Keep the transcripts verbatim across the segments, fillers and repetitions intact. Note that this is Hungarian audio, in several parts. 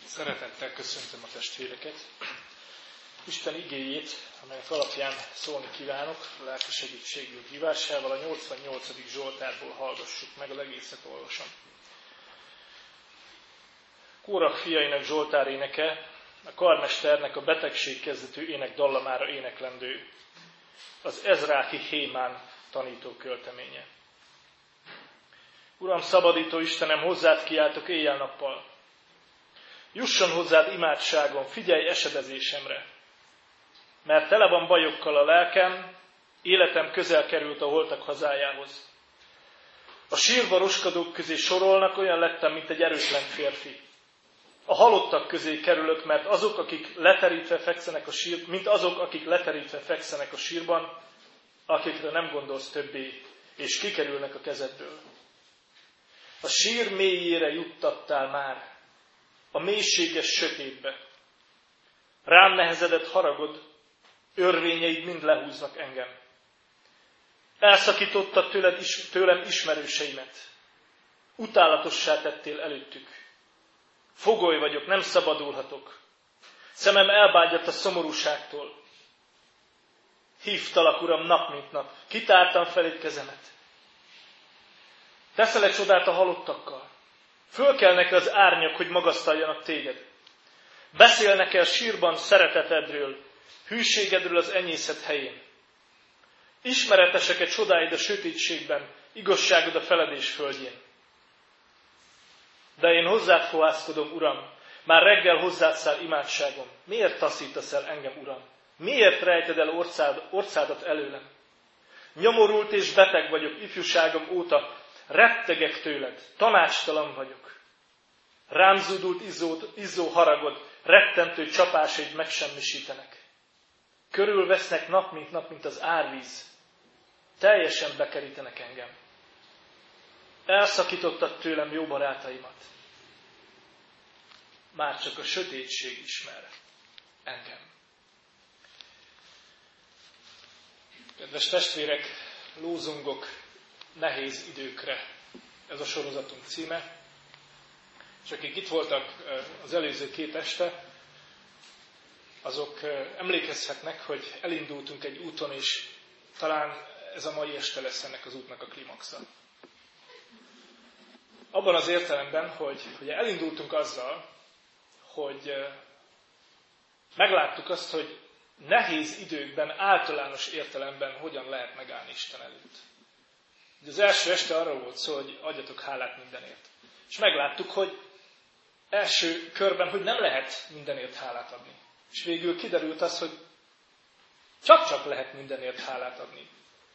Szeretettel köszöntöm a testvéreket. Isten igéjét, amelyek alapján szólni kívánok, a lelki segítségül hívásával a nyolcvannyolcadik Zsoltárból hallgassuk meg, az egészet olvasom. Kórah fiainak Zsoltár éneke, a karmesternek a betegség kezdetű ének dallamára éneklendő, az Ezráhi Hémán tanító költeménye. Uram, szabadító Istenem, hozzád kiáltok éjjel-nappal. Jusson hozzád imádságom, figyelj esedezésemre, mert tele van bajokkal a lelkem, életem közel került a holtak hazájához. A sírba roskadók közé sorolnak, olyan lettem, mint egy erőtlen férfi. A halottak közé kerülök, mert azok, akik leterítve fekszenek a sír, mint azok, akik leterítve fekszenek a sírban, akikre nem gondolsz többé, és kikerülnek a kezedből. A sír mélyére juttattál már, a mélységes sötétbe. Rám nehezedett haragod, örvényeid mind lehúznak engem. Elszakítottad tőled, tőlem ismerőseimet. Utálatossá tettél előttük. Fogoly vagyok, nem szabadulhatok. Szemem elbágyadt a szomorúságtól. Hívtalak, Uram, nap mint nap. Kitártam feléd kezemet. Teszel-e csodát a halottakkal? Fölkelnek az árnyak, hogy magasztaljanak téged. Beszélnek el sírban szeretetedről, hűségedről az enyészet helyén. Ismeretesek-e csodáid a sötétségben, igazságod a feledés földjén. De én hozzád fohászkodom, Uram, már reggel hozzád száll imádságom. Miért taszítasz el engem, Uram? Miért rejted el orcád, orcádat előlem? Nyomorult és beteg vagyok ifjúságom óta, rettegek tőled, tanácstalan vagyok. Rám zúdult izzó, izzó haragod, rettentő csapásaid megsemmisítenek. Körülvesznek nap mint nap, mint az árvíz. Teljesen bekerítenek engem. Elszakítottad tőlem jó barátaimat. Már csak a sötétség ismer engem. Kedves testvérek, lózungok nehéz időkre, ez a sorozatunk címe. És akik itt voltak az előző két este, azok emlékezhetnek, hogy elindultunk egy úton, és talán ez a mai este lesz ennek az útnak a klimaxa. Abban az értelemben, hogy, hogy elindultunk azzal, hogy megláttuk azt, hogy nehéz időkben, általános értelemben hogyan lehet megállni Isten előtt. Az első este arról volt szó, hogy adjatok hálát mindenért. És megláttuk, hogy első körben, hogy nem lehet mindenért hálát adni. És végül kiderült az, hogy csak-csak lehet mindenért hálát adni.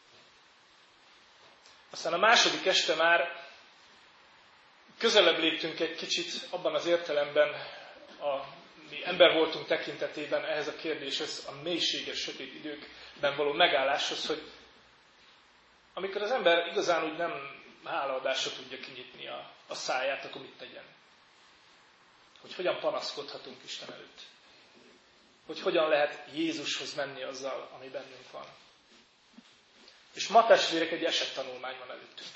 Aztán a második este már közelebb léptünk egy kicsit abban az értelemben, a mi ember voltunk tekintetében ehhez a kérdéshez, a mélységes, sötét időkben való megálláshoz, hogy amikor az ember igazán úgy nem hálaadásra tudja kinyitni a, a száját, akkor mit tegyen? Hogy hogyan panaszkodhatunk Isten előtt? Hogy hogyan lehet Jézushoz menni azzal, ami bennünk van? És ma, testvérek, egy esettanulmány van előttünk.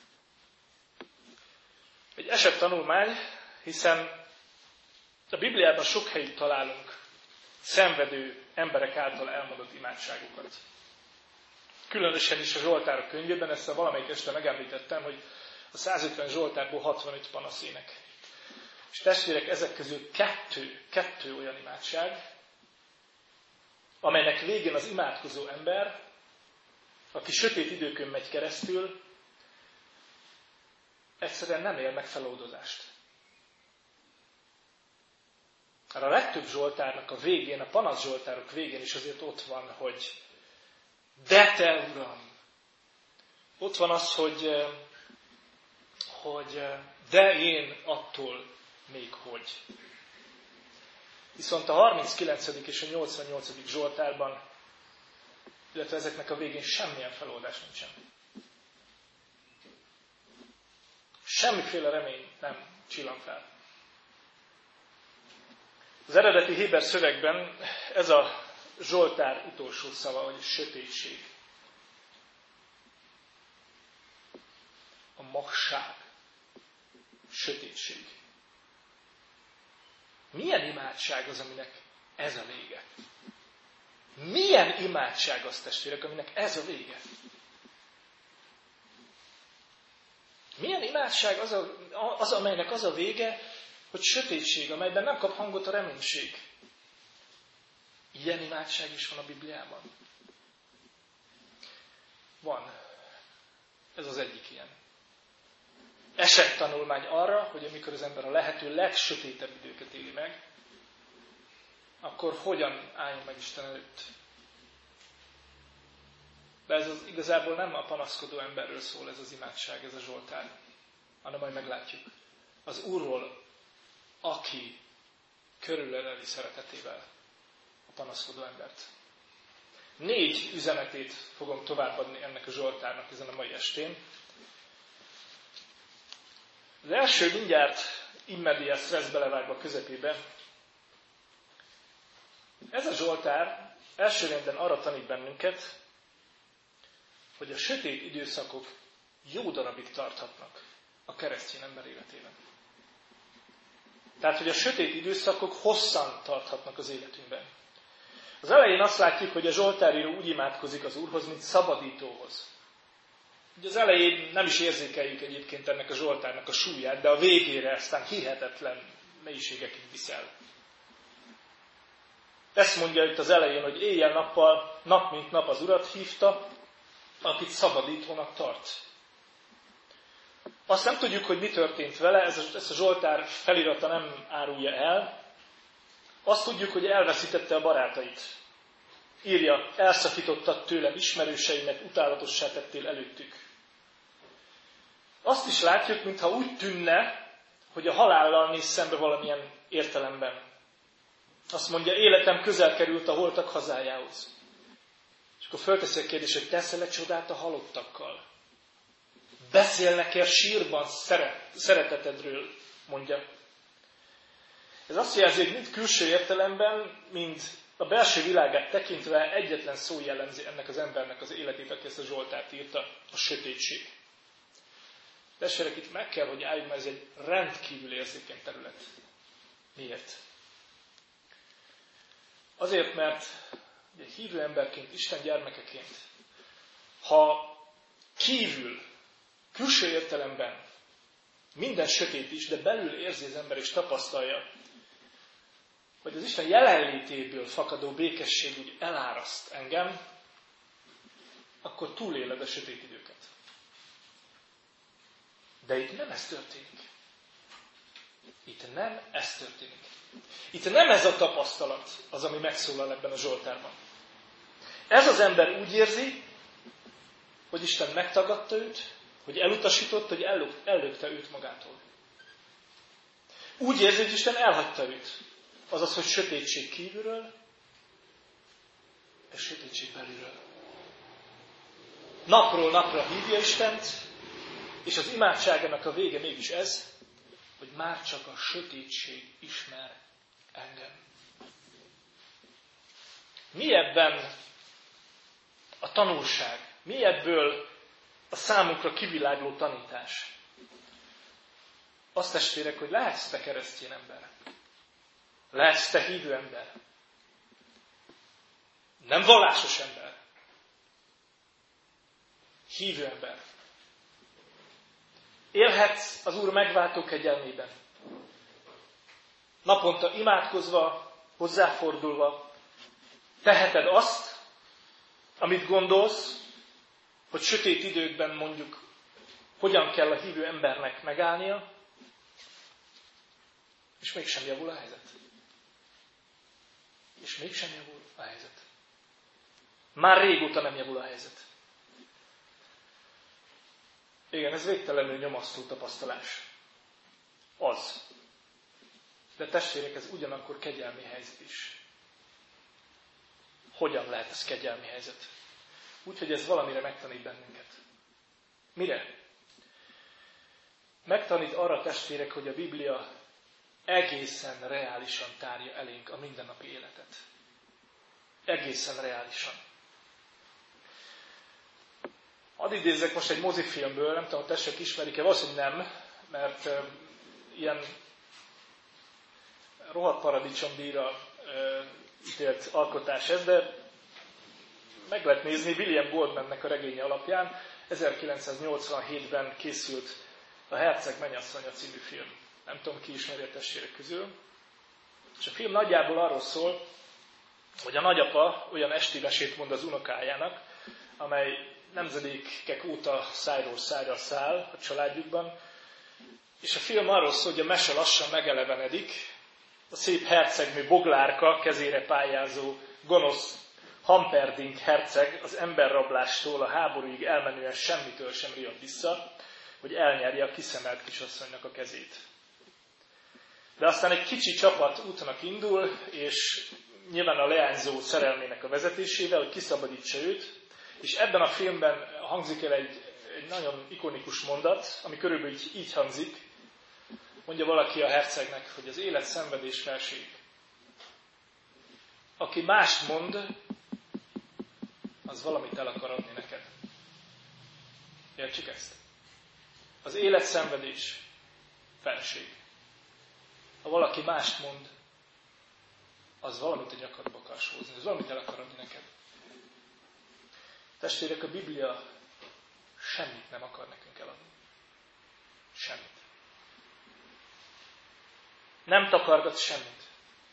Egy esettanulmány, hiszen a Bibliában sok helyütt találunk szenvedő emberek által elmondott imádságokat. Különösen is a Zsoltárok könyvében, ezt a valamelyik este megemlítettem, hogy a százötven Zsoltárból hatvanöt panaszének. És testvérek, ezek közül kettő, kettő olyan imádság, amelynek végén az imádkozó ember, aki sötét időkön megy keresztül, egyszerűen nem él meg feloldozást. A legtöbb Zsoltárnak a végén, a panasz Zsoltárok végén is azért ott van, hogy de te, Uram! Ott van az, hogy, hogy de én attól még hogy. Viszont a harminckilencedik és a nyolcvannyolcadik Zsoltárban, illetve ezeknek a végén semmilyen feloldás nincsen. Semmiféle remény nem csillan fel. Az eredeti héber szövegben ez a Zsoltár utolsó szava, hogy sötétség. A magság. Sötétség. Milyen imádság az, aminek ez a vége? Milyen imádság az, testvérek, aminek ez a vége? Milyen imádság az, a, az, amelynek az a vége, hogy sötétség, amelyben nem kap hangot a reménység? Ilyen imádság is van a Bibliában? Van. Ez az egyik ilyen. Esettanulmány arra, hogy amikor az ember a lehető legsötétebb időket éli meg, akkor hogyan álljon meg Isten előtt. De ez az igazából nem a panaszkodó emberről szól ez az imádság, ez a Zsoltár, hanem majd meglátjuk. Az Úrról, aki körülöleli szeretetével a panaszkodó embert. Négy üzenetét fogom továbbadni ennek a Zsoltárnak ezen a mai estén. Az első mindjárt immediate stressz belevágva közepébe. Ez a Zsoltár elsőrendben arra tanít bennünket, hogy a sötét időszakok jó darabig tarthatnak a keresztény ember életében. Tehát, hogy a sötét időszakok hosszan tarthatnak az életünkben. Az elején azt látjuk, hogy a Zsoltáríró úgy imádkozik az Úrhoz, mint szabadítóhoz. Ugye az elején nem is érzékeljük egyébként ennek a Zsoltárnak a súlyát, de a végére aztán hihetetlen mélységekig viszel. Ezt mondja itt az elején, hogy éjjel-nappal, nap mint nap az Urat hívta, akit szabadítónak tart. Azt nem tudjuk, hogy mi történt vele, ezt a Zsoltár felirata nem árulja el. Azt tudjuk, hogy elveszítette a barátait. Írja, elszakítottad tőlem ismerőseimet, utálatossá tettél előttük. Azt is látjuk, mintha úgy tűnne, hogy a halállal néz szembe valamilyen értelemben. Azt mondja, életem közel került a holtak hazájához. És akkor fölteszi a kérdést, hogy teszel-e csodát a halottakkal? Beszélnek-e a sírban szeret, szeretetedről, mondja. Ez azt jelzi, hogy mind külső értelemben, mind a belső világát tekintve egyetlen szó jellemzi ennek az embernek az életét, aki ezt a Zsoltárt írta, a sötétség. Testvérek, itt meg kell, hogy álljunk, mert ez egy rendkívül érzékeny terület. Miért? Azért, mert ugye, hívő emberként, Isten gyermekeként, ha kívül, külső értelemben minden sötét is, de belül érzi az ember és tapasztalja, hogy az Isten jelenlétéből fakadó békesség úgy eláraszt engem, akkor túléled a sötét időket. De itt nem ez történik. Itt nem ez történik. Itt nem ez a tapasztalat az, ami megszólal ebben a Zsoltárban. Ez az ember úgy érzi, hogy Isten megtagadta őt, hogy elutasított, hogy ellökte őt magától. Úgy érzi, hogy Isten elhagyta őt. Azaz, hogy sötétség kívülről, és sötétség belülről. Napról napra hívja Istent, és az imádságának a vége mégis ez, hogy már csak a sötétség ismer engem. Mi ebben a tanulság? Mi ebből a számunkra kivilágló tanítás? Azt testvérek, hogy lehetsz te keresztény ember. Lehetsz te hívő ember. Nem vallásos ember. Hívő ember. Élhetsz az Úr megváltó kegyelmében. Naponta imádkozva, hozzáfordulva, teheted azt, amit gondolsz, hogy sötét időkben mondjuk, hogyan kell a hívő embernek megállnia, és mégsem javul a helyzet. És mégsem javul a helyzet. Már régóta nem javul a helyzet. Igen, ez végtelenül nyomasztó tapasztalás. Az. De testvérek, ez ugyanakkor kegyelmi helyzet is. Hogyan lehet ez kegyelmi helyzet? Úgyhogy ez valamire megtanít bennünket. Mire? Megtanít arra, testvérek, hogy a Biblia egészen reálisan tárja elénk a mindennapi életet. Egészen reálisan. Hadd idézzek most egy mozifilmből, nem tudom, hogy testvérek ismerik-e, valószínűleg nem, mert uh, ilyen rohadt paradicsomdíjra ítélt alkotás ez, de meg lehet nézni William Goldmannek a regénye alapján. ezerkilencszáznyolcvanhétben készült a Herceg mennyasszonya című film. Nem tudom, ki ismeri a testvérek közül. És a film nagyjából arról szól, hogy a nagyapa olyan esti mesét mond az unokájának, amely nemzedékek óta szájról szájra száll a családjukban. És a film arról szól, hogy a mese lassan megelevenedik, a szép hercegnő Boglárka kezére pályázó gonosz Hamperdinck herceg az emberrablástól a háborúig elmenően semmitől sem riad vissza, hogy elnyerje a kiszemelt kisasszonynak a kezét. De aztán egy kicsi csapat útnak indul, és nyilván a leányzó szerelmének a vezetésével, hogy kiszabadítsa őt, és ebben a filmben hangzik el egy, egy nagyon ikonikus mondat, ami körülbelül így, így hangzik. Mondja valaki a hercegnek, hogy az élet szenvedés felség. Aki mást mond, az valamit el akar adni neked. Értsük ezt? Az élet szenvedés felség. Ha valaki mást mond, az valamit a nyakadba akar sózni, az valamit el akar adni neked. Testvérek, a Biblia semmit nem akar nekünk eladni. Semmit. Nem takargat semmit.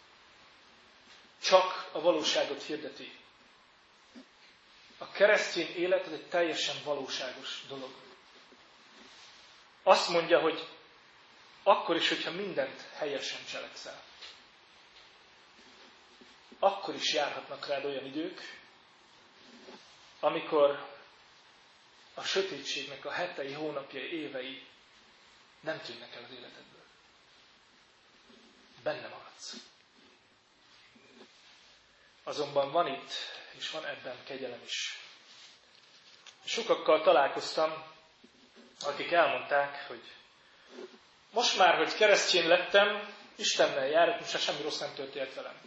Csak a valóságot hirdeti. A keresztény élet az egy teljesen valóságos dolog. Azt mondja, hogy akkor is, hogyha mindent helyesen cselekszel, akkor is járhatnak rád olyan idők, amikor a sötétségnek a hetei, hónapjai, évei nem tűnnek el az életedből. Benne maradsz. Azonban van itt, és van ebben kegyelem is. Sokakkal találkoztam, akik elmondták, hogy most már, hogy keresztény lettem, Istennel járok, most már semmi rossz nem történt velem.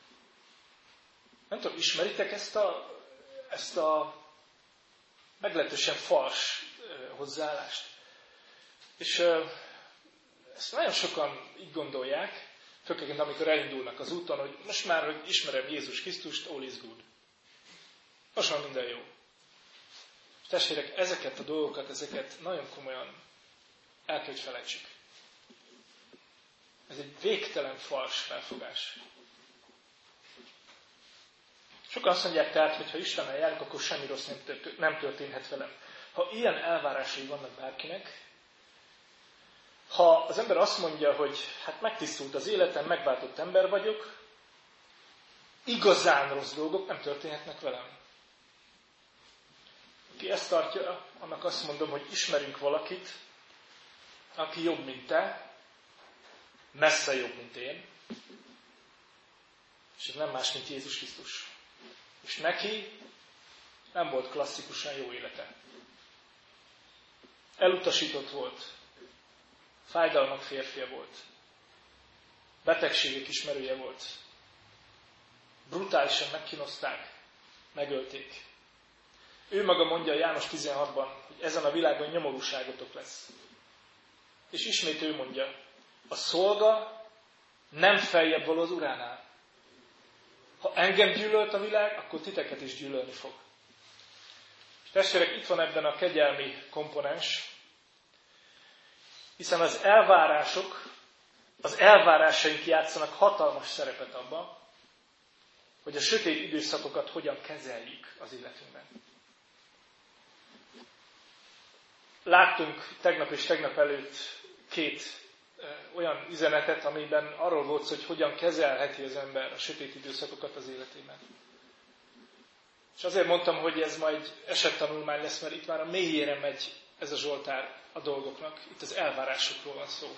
Nem tudom, ismeritek ezt a, ezt a meglehetősen fals hozzáállást? És ezt nagyon sokan így gondolják, főként amikor elindulnak az úton, hogy most már, hogy ismerem Jézus Krisztust, all is good. Most már minden jó. És testvérek, ezeket a dolgokat, ezeket nagyon komolyan el kell, hogy felejtsük. Ez egy végtelen fals felfogás. Sokan azt mondják tehát, hogy ha Istennel járok, akkor semmi rossz nem történhet velem. Ha ilyen elvárásai vannak bárkinek, ha az ember azt mondja, hogy hát megtisztult az életem, megváltott ember vagyok, igazán rossz dolgok nem történhetnek velem. Ki ezt tartja, annak azt mondom, hogy ismerünk valakit, aki jobb, mint te, messze jobb, mint én, és ez nem más, mint Jézus Krisztus. És neki nem volt klasszikusan jó élete. Elutasított volt, fájdalmak férfia volt, betegségek ismerője volt, brutálisan megkínozták, megölték. Ő maga mondja János tizenhatban, hogy ezen a világon nyomorúságotok lesz. És ismét ő mondja, a szolga nem feljebb való az uránál. Ha engem gyűlölt a világ, akkor titeket is gyűlölni fog. És testvérek, itt van ebben a kegyelmi komponens, hiszen az elvárások, az elvárásaink játszanak hatalmas szerepet abban, hogy a sötét időszakokat hogyan kezeljük az életünkben. Láttunk tegnap és tegnap előtt két olyan üzenetet, amiben arról volt szó, hogy hogyan kezelheti az ember a sötét időszakokat az életében. És azért mondtam, hogy ez majd esettanulmány lesz, mert itt már a mélyére megy ez a Zsoltár a dolgoknak. Itt az elvárásokról van szó.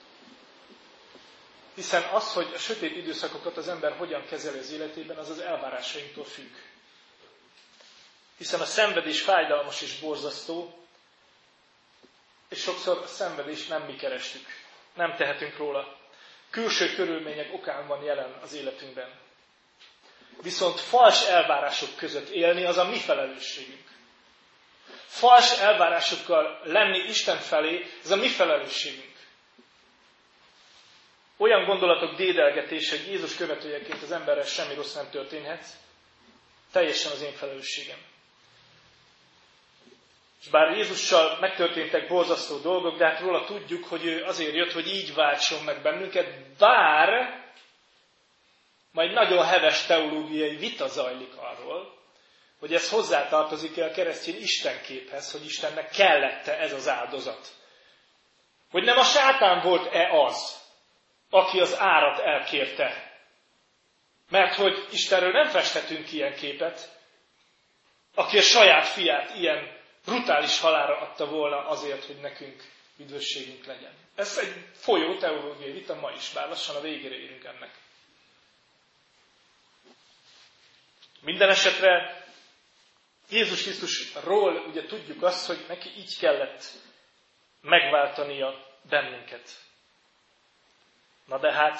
Hiszen az, hogy a sötét időszakokat az ember hogyan kezeli az életében, az az elvárásainktól függ. Hiszen a szenvedés fájdalmas és borzasztó, és sokszor a szenvedést nem mi kerestük. Nem tehetünk róla. Külső körülmények okán van jelen az életünkben. Viszont fals elvárások között élni az a mi felelősségünk. Fals elvárásokkal lenni Isten felé, ez a mi felelősségünk. olyan gondolatok dédelgetése, hogy Jézus követőjeként az emberrel semmi rossz nem történhet, teljesen az én felelősségem. És bár Jézussal megtörténtek borzasztó dolgok, de hát róla tudjuk, hogy ő azért jött, hogy így váltson meg bennünket, bár majd nagyon heves teológiai vita zajlik arról, hogy ez hozzátartozik-e a keresztény istenképhez, hogy Istennek kellett-e ez az áldozat. Hogy nem a sátán volt-e az, aki az árat elkérte. Mert hogy Istenről nem festhetünk ilyen képet, aki a saját fiát ilyen brutális halálra adta volna azért, hogy nekünk üdvösségünk legyen. Ez egy folyó teológiai vita ma is, bár lassan a végére érünk ennek. Minden esetre Jézus Krisztusról ugye tudjuk azt, hogy neki így kellett megváltania bennünket. Na de hát,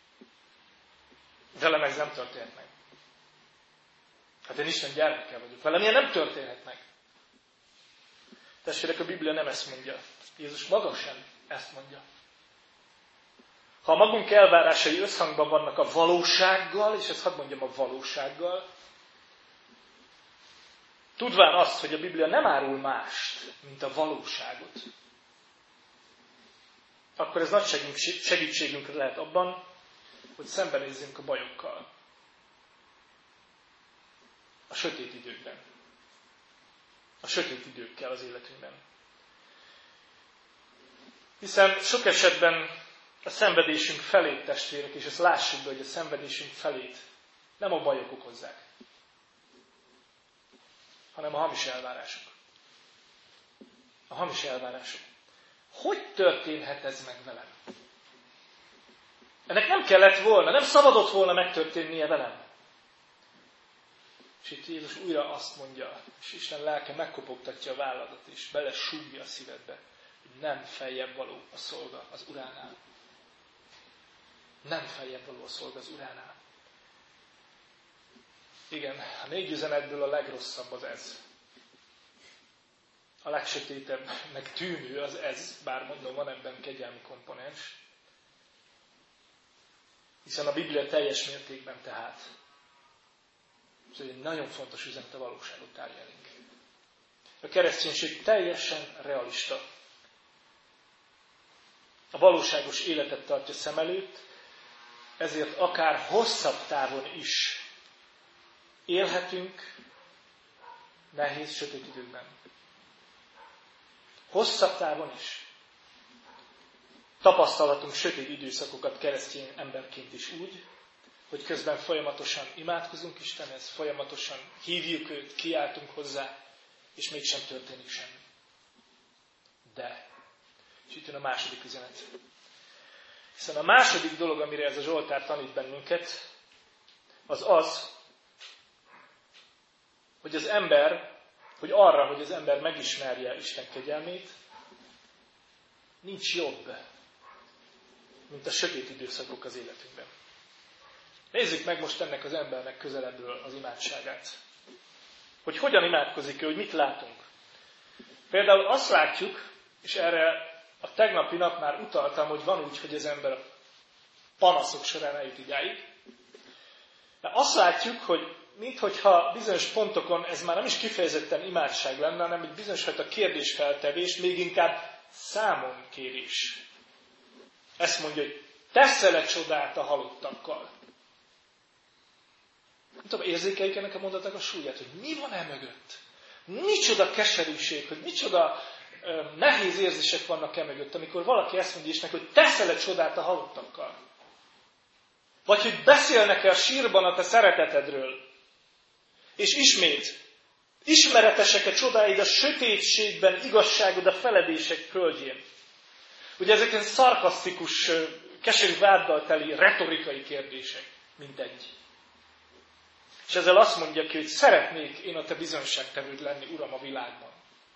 velem ez nem történhet meg. Hát én Isten gyermeke vagyok. Velem ilyen nem történhet meg. Testvérek, a Biblia nem ezt mondja. Jézus maga sem ezt mondja. Ha a magunk elvárásai összhangban vannak a valósággal, és ezt hadd mondjam a valósággal, tudván azt, hogy a Biblia nem árul mást, mint a valóságot, akkor ez nagy segítségünkre lehet abban, hogy szembenézzünk a bajokkal. A sötét időkben. A sötét időkkel az életünkben. Hiszen sok esetben a szenvedésünk felét, testvérek, és ezt lássuk be, hogy a szenvedésünk felét nem a bajok okozzák, hanem a hamis elvárások. A hamis elvárások. Hogy történhet ez meg velem? Ennek nem kellett volna, nem szabadott volna megtörténnie velem. És itt Jézus újra azt mondja, és Isten lelke megkopogtatja a válladat, és belesúgja a szívedbe, hogy nem feljebb való a szolga az uránál. Nem feljebb való a szolga az uránál. Igen, a négy üzenetből a legrosszabb az ez. A legsötétebbnek tűnő az ez, bár mondom, van ebben kegyelmi komponens. Hiszen a Biblia teljes mértékben tehát. Ez egy nagyon fontos üzenet, a valóságot tárja elénk. A kereszténység teljesen realista. A valóságos életet tartja szem előtt, ezért akár hosszabb távon is élhetünk nehéz, sötét időkben. Hosszabb távon is. Tapasztalhatunk sötét időszakokat keresztény emberként is úgy, hogy közben folyamatosan imádkozunk Istenhez, folyamatosan hívjuk őt, kiáltunk hozzá, és mégsem történik semmi. De, és itt jön a második üzenet. Hiszen a második dolog, amire ez a Zsoltár tanít bennünket, az az, hogy az ember, hogy arra, hogy az ember megismerje Isten kegyelmét, nincs jobb, mint a sötét időszakok az életünkben. Nézzük meg most ennek az embernek közelebbről az imádságát. Hogy hogyan imádkozik ő, hogy mit látunk. Például azt látjuk, és erre a tegnapi nap már utaltam, hogy van úgy, hogy az ember a panaszok során eljut idáig. De azt látjuk, hogy minthogyha bizonyos pontokon ez már nem is kifejezetten imádság lenne, hanem egy bizonyos fajta kérdésfeltevés, még inkább számonkérés. Ezt mondja, hogy teszel-e csodát a halottakkal? Nem tudom, érzékeljük ennek a mondatnak a súlyát, hogy mi van e mögött? Micsoda keserűség, hogy micsoda ö, nehéz érzések vannak e mögött, amikor valaki ezt mondja Istennek, hogy teszel-e csodát a halottakkal? Vagy hogy beszélnek-e a sírban a te szeretetedről? És ismét, ismeretesek-e csodáid a sötétségben, igazságod a feledések földjén? Ugye ezek szarkasztikus, keserű váddal teli retorikai kérdések, mindegy. És ezzel azt mondja ki, hogy szeretnék én a te bizonyságtevőd lenni, Uram, a világban.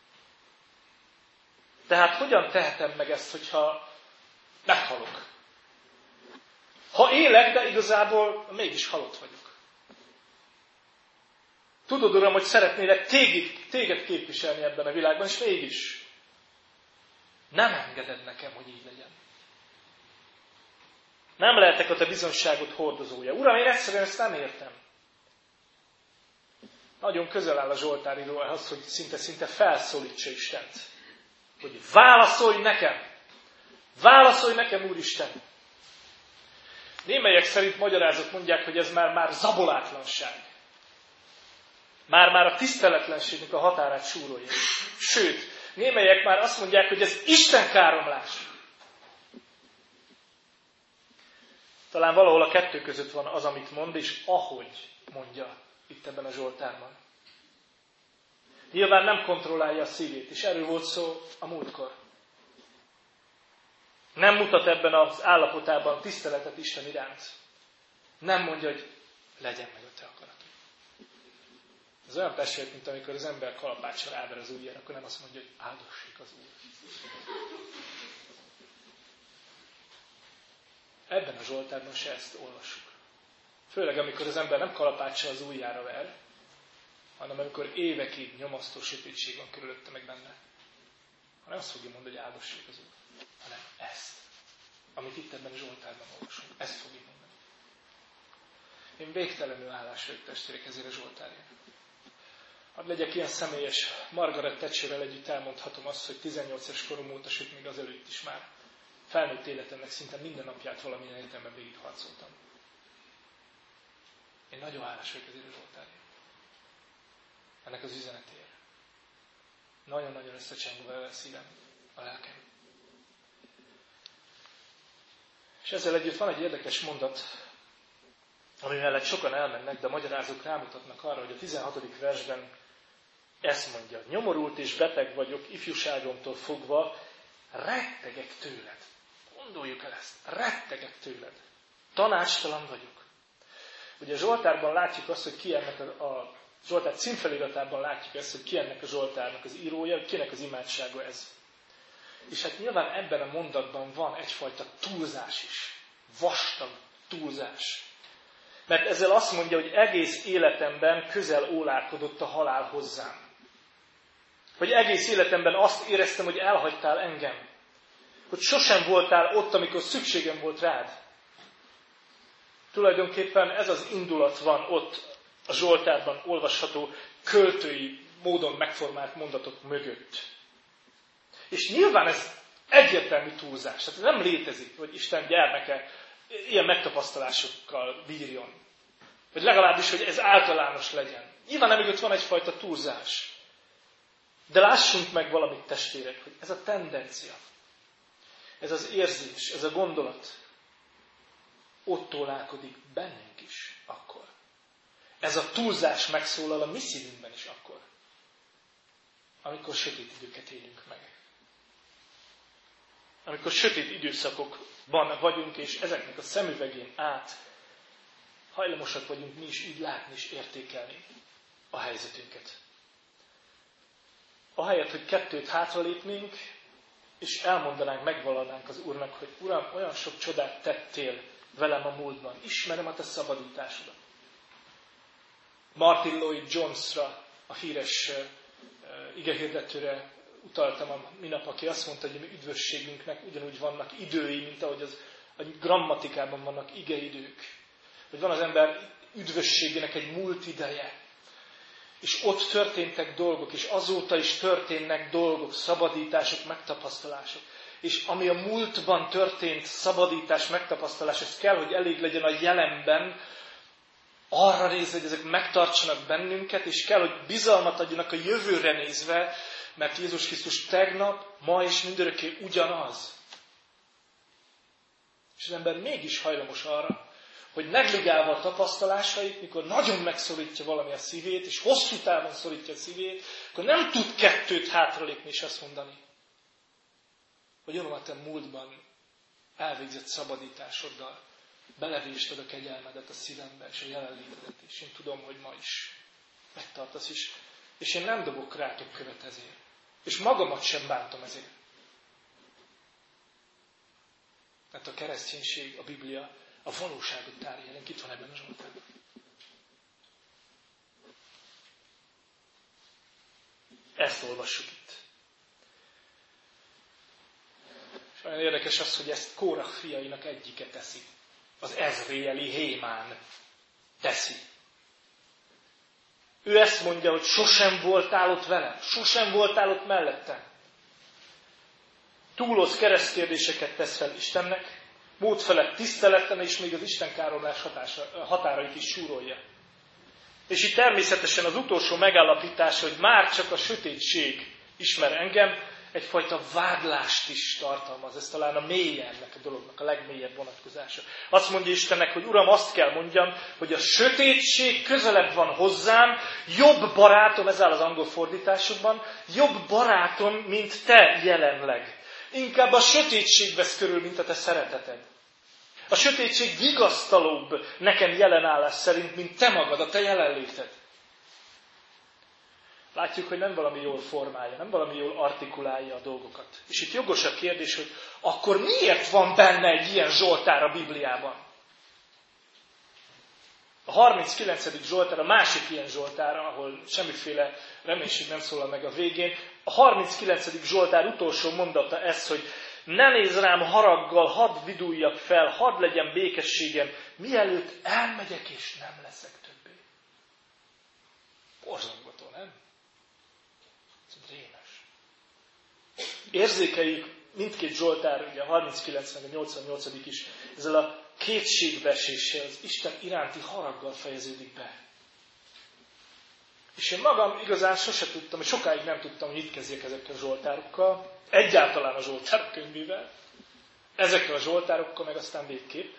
Tehát hogyan tehetem meg ezt, hogyha meghalok? Ha élek, de igazából mégis halott vagyok. Tudod, Uram, hogy szeretnélek téged, téged képviselni ebben a világban, és mégis nem engeded nekem, hogy így legyen. Nem lehetek a te bizonyságot hordozója. Uram, én egyszerűen ezt nem értem. Nagyon közel áll a Zsoltáríró az, hogy szinte-szinte felszólítsa Istent. Hogy válaszolj nekem! Válaszolj nekem, Úristen! Némelyek szerint magyarázók mondják, hogy ez már, már zabolátlanság. Már-már a tiszteletlenségnek a határát súrolja. Sőt, némelyek már azt mondják, hogy ez Isten káromlás. Talán valahol a kettő között van az, amit mond, és ahogy mondja itt ebben a Zsoltárban. Nyilván nem kontrollálja a szívét, és erről volt szó a múltkor. Nem mutat ebben az állapotában tiszteletet Isten iránt. Nem mondja, hogy legyen meg a te akaratod. Ez olyan testvért, mint amikor az ember kalapáccsal elver az ujjára, akkor nem azt mondja, hogy áldossék az Úr. Ebben a Zsoltárban se ezt olvassuk. Főleg, amikor az ember nem kalapáccsal az ujjára ver, hanem amikor évekig nyomasztó sötétség van körülötte meg benne. Hanem azt fogja mondani, hogy áldossék az Úr. Hanem ezt, amit itt ebben a Zsoltárban olvasunk. Ezt fogja mondani. Én végtelenül hálás vagyok, testvérek, ezért a Zsoltárért. Hadd legyek ilyen személyes, Margaret Thatcherrel együtt elmondhatom azt, hogy tizennyolc éves korom óta, sőt még azelőtt is már felnőtt életemnek szinte minden napját valamilyen egyetemben végigharcoltam. Én nagyon hálás vagyok ezért a Zsoltárért. Ennek az üzenetért. Nagyon-nagyon összecseng vele a szívem, a lelkem. És ezzel együtt van egy érdekes mondat, ami mellett sokan elmennek, de a magyarázók rámutatnak arra, hogy a tizenhatodik versben ezt mondja: nyomorult és beteg vagyok, ifjúságomtól fogva, rettegek tőled. Gondoljuk el ezt, rettegek tőled. Tanácstalan vagyok. Ugye a Zsoltárban látjuk azt, hogy ki ennek a, a Zsoltár címfeliratában látjuk ezt, hogy ki ennek a Zsoltárnak az írója, hogy kinek az imádsága ez. És hát nyilván ebben a mondatban van egyfajta túlzás is. Vastag túlzás. Mert ezzel azt mondja, hogy egész életemben közel ólálkodott a halál hozzám. Hogy egész életemben azt éreztem, hogy elhagytál engem. Hogy sosem voltál ott, amikor szükségem volt rád. Tulajdonképpen ez az indulat van ott a Zsoltárban olvasható költői módon megformált mondatok mögött. És nyilván ez egyértelmű túlzás. Tehát nem létezik, hogy Isten gyermeke ilyen megtapasztalásokkal bírjon. Vagy legalábbis, hogy ez általános legyen. Nyilván emögött van egyfajta túlzás. De lássunk meg valamit, testvérek, hogy ez a tendencia, ez az érzés, ez a gondolat ott tólálkodik bennünk is akkor. Ez a túlzás megszólal a mi szívünkben is akkor, amikor sötét időket élünk meg. Amikor sötét időszakokban vagyunk, és ezeknek a szemüvegén át hajlamosak vagyunk mi is így látni és értékelni a helyzetünket. Ahelyett, hogy kettőt hátralépnénk, és elmondanánk, megvallanánk az Úrnak, hogy Uram, olyan sok csodát tettél velem a múltban, ismerem a te szabadításodat. Martin Lloyd Jonesra, a híres uh, igehirdetőre utaltam a minap, aki azt mondta, hogy a mi üdvösségünknek ugyanúgy vannak idői, mint ahogy az, a grammatikában vannak igeidők. Hogy van az ember üdvösségének egy múlt ideje. És ott történtek dolgok, és azóta is történnek dolgok, szabadítások, megtapasztalások. És ami a múltban történt szabadítás, megtapasztalás, ez kell, hogy elég legyen a jelenben, arra nézve, hogy ezek megtartsanak bennünket, és kell, hogy bizalmat adjanak a jövőre nézve, mert Jézus Krisztus tegnap, ma és mindörökké ugyanaz. És az ember mégis hajlamos arra, hogy negligálva a tapasztalásait, mikor nagyon megszorítja valami a szívét, és hosszú távon szorítja a szívét, akkor nem tud kettőt hátralépni és azt mondani, hogy Uram, a te múltban elvégzett szabadításoddal belevésted a kegyelmedet a szívembe és a jelenlétedet, és én tudom, hogy ma is megtartasz is, és én nem dobok rátok követ ezért. És magamat sem bántom ezért. Mert a kereszténység, a Biblia a valóságot tárja, itt van ebben a Zsoltárban. Ezt olvassuk itt. És olyan érdekes az, hogy ezt Kórah fiainak egyike teszi. az Ezréeli Hémán teszi. Ő ezt mondja, hogy sosem voltál ott velem, sosem voltál ott mellettem. Túloz keresztkérdéseket tesz fel Istennek, mód felett tiszteleten, és még az istenkáromlás hatása, határait is súrolja. És itt természetesen az utolsó megállapítás, hogy már csak a sötétség ismer engem, egyfajta vádlást is tartalmaz. Ez talán a mélye ennek a dolognak, a legmélyebb vonatkozása. Azt mondja Istennek, hogy Uram, azt kell mondjam, hogy a sötétség közelebb van hozzám, jobb barátom, ez áll az angol fordításokban, jobb barátom, mint te jelenleg. Inkább a sötétség vesz körül, mint a te szereteted. A sötétség vigasztalóbb nekem jelenállás szerint, mint te magad, a te jelenléted. Látjuk, hogy nem valami jól formálja, nem valami jól artikulálja a dolgokat. És itt jogos a kérdés, hogy akkor miért van benne egy ilyen Zsoltár a Bibliában? A harminckilencedik Zsoltár, a másik ilyen Zsoltár, ahol semmiféle reménység nem szólal meg a végén. A harminckilencedik Zsoltár utolsó mondata ez, hogy ne nézz rám haraggal, hadd viduljak fel, hadd legyen békességem, mielőtt elmegyek és nem leszek többé. Borzongató, nem? Ez rémes. Érzékeljük mindkét Zsoltár, ugye a harminckilenc meg a nyolcvannyolcadik is, ezzel a kétségbeeséssel, az Isten iránti haraggal fejeződik be. És én magam igazán sose tudtam, és sokáig nem tudtam, hogy itt kezdjek ezekkel a zsoltárokkal, egyáltalán a Zsoltárok könyvével, ezekkel a zsoltárokkal, meg aztán végképp.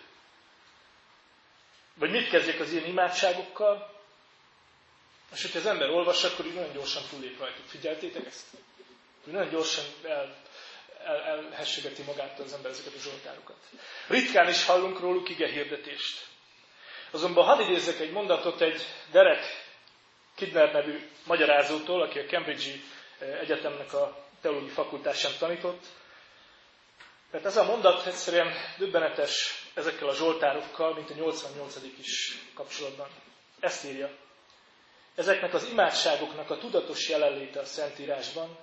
Vagy mit kezdjek az ilyen imádságokkal, és hogyha az ember olvas, akkor így nagyon gyorsan túlép rajtuk. Figyeltétek ezt? Úgy nagyon gyorsan el, el, elhessegeti magától az ember ezeket a zsoltárokat. Ritkán is hallunk róluk igehirdetést. Azonban hadd idézzek egy mondatot egy Derek Kidner nevű magyarázótól, aki a Cambridge-i Egyetemnek a teológiai fakultásán tanított. Tehát ez a mondat egyszerűen döbbenetes ezekkel a zsoltárokkal, mint a nyolcvannyolcadik is kapcsolatban. Ezt írja. Ezeknek az imádságoknak a tudatos jelenléte a Szentírásban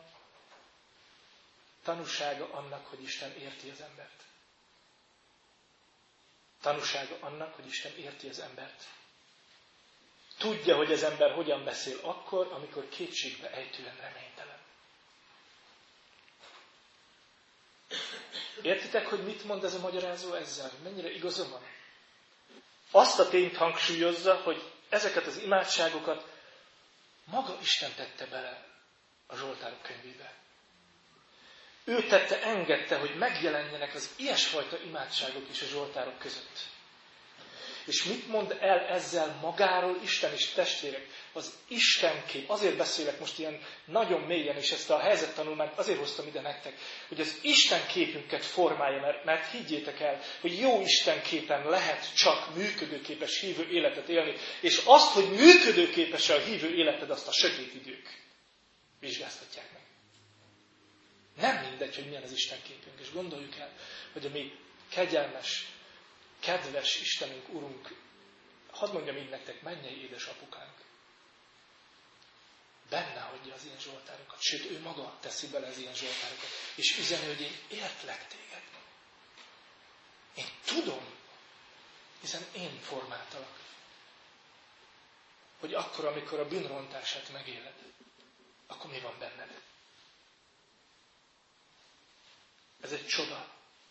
tanúsága annak, hogy Isten érti az embert. Tanúsága annak, hogy Isten érti az embert. Tudja, hogy az ember hogyan beszél akkor, amikor kétségbe ejtően reménytelen. Értitek, hogy mit mond ez a magyarázó ezzel? Mennyire igaza van? Azt a tényt hangsúlyozza, hogy ezeket az imádságokat maga Isten tette bele a Zsoltárok könyvébe. Ő tette, engedte, hogy megjelenjenek az ilyesfajta imádságok is a Zsoltárok között. És mit mond el ezzel magáról Isten is, testvérek? Az Istenkép. Azért beszélek most ilyen nagyon mélyen, és ezt a helyzettanulmányt azért hoztam ide nektek, hogy az Istenképünket formálja, mert, mert higgyétek el, hogy jó Istenképen lehet csak működőképes hívő életet élni, és azt, hogy működőképes a hívő életed, azt a sötét idők vizsgáztatják meg. Nem mindegy, hogy milyen az Istenképünk, és gondoljuk el, hogy a mi kegyelmes, kedves Istenünk, Urunk, hadd mondjam így nektek, mennyei édesapukánk, benne hagyja az ilyen zsoltárokat, sőt, ő maga teszi bele az ilyen zsoltárokat, és üzeni, hogy én értlek téged. Én tudom, hiszen én formáltalak, hogy akkor, amikor a bűnrontását megéled, akkor mi van benned. Ez egy csoda.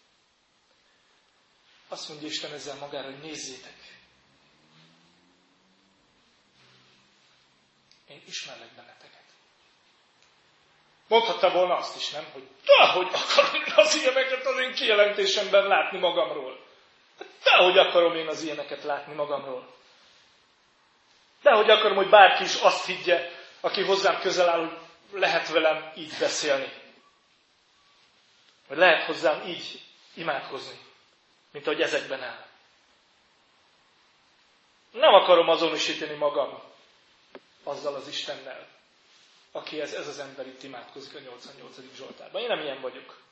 Azt mondja Isten ezzel magára, hogy nézzétek. Én ismerlek benneteket. Mondhatta volna azt is, nem? Hogy dehogy akarom én az ilyeneket az én kijelentésemben látni magamról. Dehogy akarom én az ilyeneket látni magamról. Dehogy akarom, hogy bárki is azt higgye, aki hozzám közel áll, hogy lehet velem így beszélni. Vagy lehet hozzám így imádkozni, mint ahogy ezekben áll. Nem akarom azonosítani magam azzal az Istennel, akihez ez az ember itt imádkozik a nyolcvannyolcadik Zsoltárban. Én nem ilyen vagyok.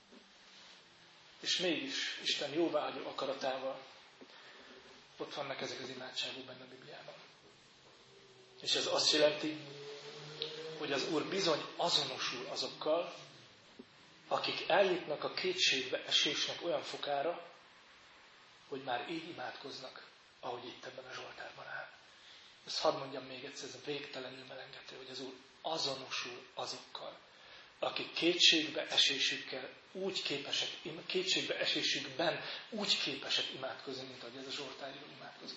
És mégis Isten jóváhagyó akaratával ott vannak ezek az imádságok benne a Bibliában. És ez azt jelenti, hogy az Úr bizony azonosul azokkal, akik eljutnak a kétségbe esésnek olyan fokára, hogy már így imádkoznak, ahogy itt ebben a Zsoltárban áll. Ezt hadd mondjam még egyszer, ez a végtelenül melengető, hogy az Úr azonosul azokkal, akik kétségbe esésükkel úgy képesek, kétségbe esésükben úgy képesek imádkozni, mint ahogy ez a Zsoltárról imádkozik.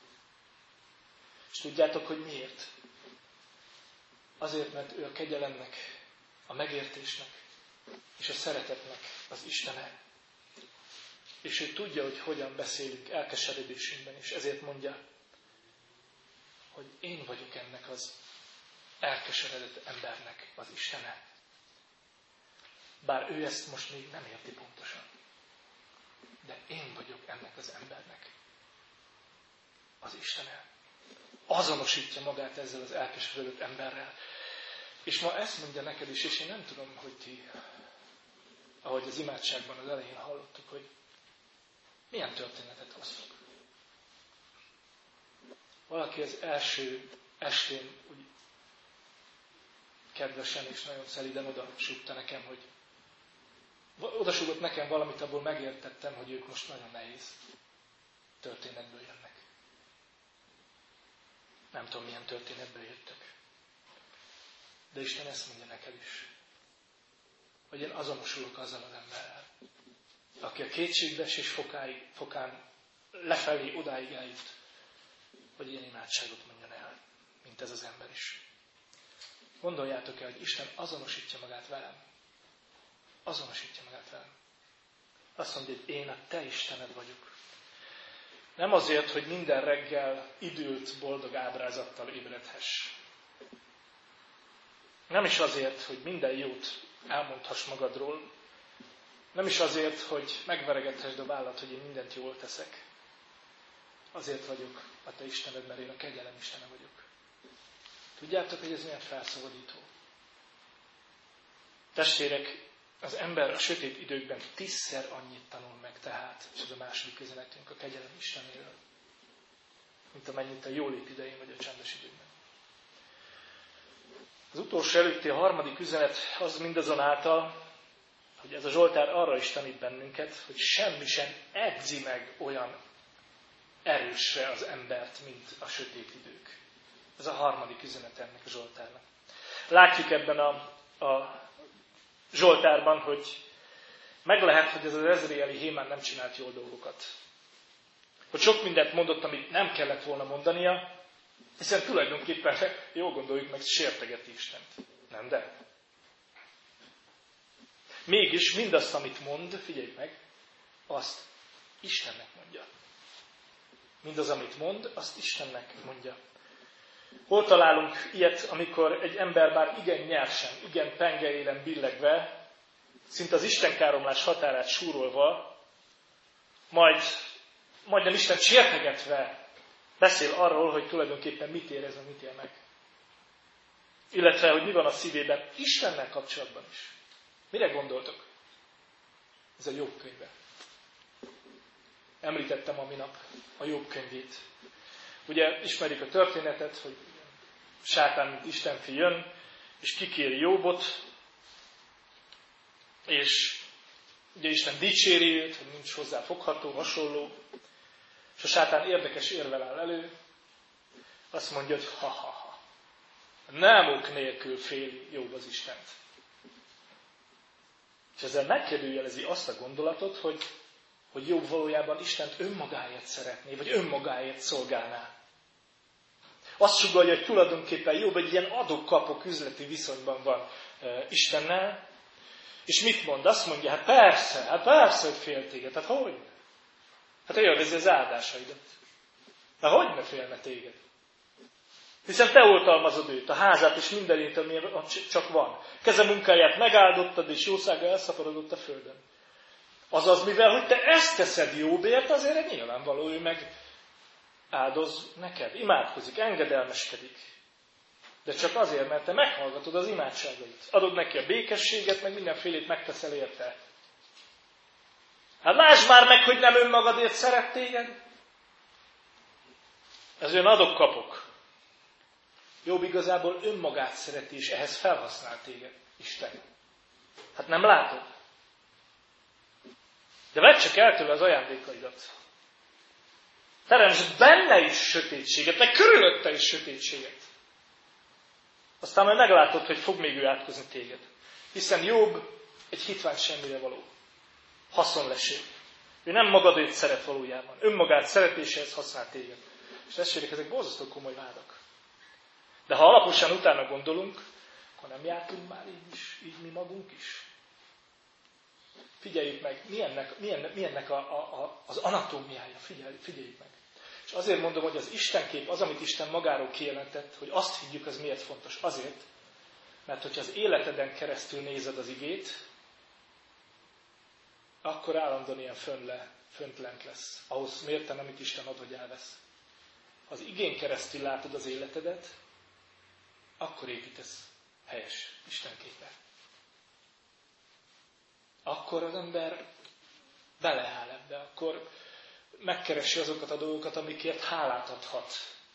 És tudjátok, hogy miért? Azért, mert ő a kegyelemnek, a megértésnek és a szeretetnek az Istene. És ő tudja, hogy hogyan beszélünk elkeseredésünkben, és ezért mondja, hogy én vagyok ennek az elkeseredett embernek az Istene. Bár ő ezt most még nem érti pontosan. De én vagyok ennek az embernek az Istene. Azonosítja magát ezzel az elkeseredett emberrel. És ma ezt mondja neked is, és én nem tudom, hogy ti, ahogy az imádságban az elején hallottuk, hogy milyen történetet hoztuk. Valaki az első estén úgy kedvesen és nagyon szeliden oda súgta nekem, hogy oda súgott nekem valamit, abból megértettem, hogy ők most nagyon nehéz történetből jönnek. Nem tudom, milyen történetből jöttek. De Isten ezt mondja neked is, hogy én azonosulok azzal az emberrel, aki a kétségbeesés fokáig, fokán lefelé odáig eljut, hogy ilyen imádságot mondjon el, mint ez az ember is. Gondoljátok el, hogy Isten azonosítja magát velem. Azonosítja magát velem. Azt mondja, hogy én a te Istened vagyok. Nem azért, hogy minden reggel idült, boldog ábrázattal ébredhess. Nem is azért, hogy minden jót elmondhass magadról. Nem is azért, hogy megveregethessd a vállat, hogy én mindent jól teszek. Azért vagyok a te Istened, mert én a kegyelem Istene vagyok. Tudjátok, hogy ez milyen felszabadító? Testvérek, az ember a sötét időkben tízszer annyit tanul meg tehát, és ez a második üzenetünk a kegyelem Istenéről, mint amennyit a jólét idején vagy a csendes időkben. Az utolsó előtti, a harmadik üzenet az mindazonáltal, hogy ez a Zsoltár arra is tanít bennünket, hogy semmi sem edzi meg olyan erősre az embert, mint a sötét idők. Ez a harmadik üzenet ennek a Zsoltárnak. Látjuk ebben a, a Zsoltárban, hogy meg lehet, hogy ez az Ezrieli Hémán nem csinált jól dolgokat. Hogy sok mindent mondott, amit nem kellett volna mondania, hiszen tulajdonképpen, jól gondoljuk meg, sértegeti Istent. Nem, de? Mégis mindazt, amit mond, figyelj meg, azt Istennek mondja. Mindaz, amit mond, azt Istennek mondja. Hol találunk ilyet, amikor egy ember már igen nyersen, igen pengerélen billegve, szinte az istenkáromlás határát súrolva, majd majdnem Isten sértegetve beszél arról, hogy tulajdonképpen mit érez, mit él meg. Illetve, hogy mi van a szívében Istennel kapcsolatban is. Mire gondoltok? Ez a Jobb könyve. Említettem a minap a Jobb könyvét. Ugye ismerik a történetet, hogy Sátán, mint Istenfi jön, és kikéri Jobbot, és ugye Isten dicséri őt, hogy nincs hozzá fogható, hasonló, és a Sátán érdekes érvel áll elő, azt mondja, hogy ha-ha-ha, nem ok nélkül féli Jobb az Istent. És ezzel megkérdőjelezi azt a gondolatot, hogy, hogy Jobb valójában Istent önmagáért szeretné, vagy önmagáért szolgálná. Azt sugallja, hogy tulajdonképpen Jobb egy ilyen adok-kapok üzleti viszonyban van e, Istennel, és mit mond? Azt mondja, hát persze, hát persze, hogy fél téged, hát hogy? Hát élvezi az áldásaidat. Hát hogy ne félne téged? Hiszen te oltalmazod őt, a házát és mindenét, ami csak van. Keze munkáját megáldottad, és jószága elszaporodott a földön. Azaz, mivel hogy te ezt teszed Jobbért, azért nyilvánvaló, ő meg áldoz neked, imádkozik, engedelmeskedik. De csak azért, mert te meghallgatod az imádságait. Adod neki a békességet, meg mindenfélét megteszel érte. Hát lásd már meg, hogy nem önmagadért szeret téged. Ez olyan adok-kapok. Jobb igazából önmagát szereti, és ehhez felhasznál téged Isten. Hát nem látod? De vedd csak el tőle az ajándékaidat. Teremts benne is sötétséget, meg körülötte is sötétséget. Aztán majd meglátod, hogy fog még ő átkozni téged. Hiszen Jobb egy hitvány semmire való. Haszonleség. Ő nem magadét szeret valójában. Önmagát szeretéséhez használ téged. És testvérek, ezek borzasztó komoly vádak. De ha alaposan utána gondolunk, akkor nem jártunk már így is, így mi magunk is. Figyeljük meg, milyennek, milyennek, milyennek a, a, a, az anatómiája, Figyelj, figyeljük meg. És azért mondom, hogy az Istenkép, az, amit Isten magáról kijelentett, hogy azt higgyük, az miért fontos. Azért, mert hogyha az életeden keresztül nézed az igét, akkor állandóan ilyen fönle, föntlent lesz. Ahhoz mérten, amit Isten ad, hogy elvesz. Ha az igén keresztül látod az életedet, akkor építesz helyes Istenképet. Akkor az ember beleáll ebbe, akkor megkeresi azokat a dolgokat, amikért hálát adhat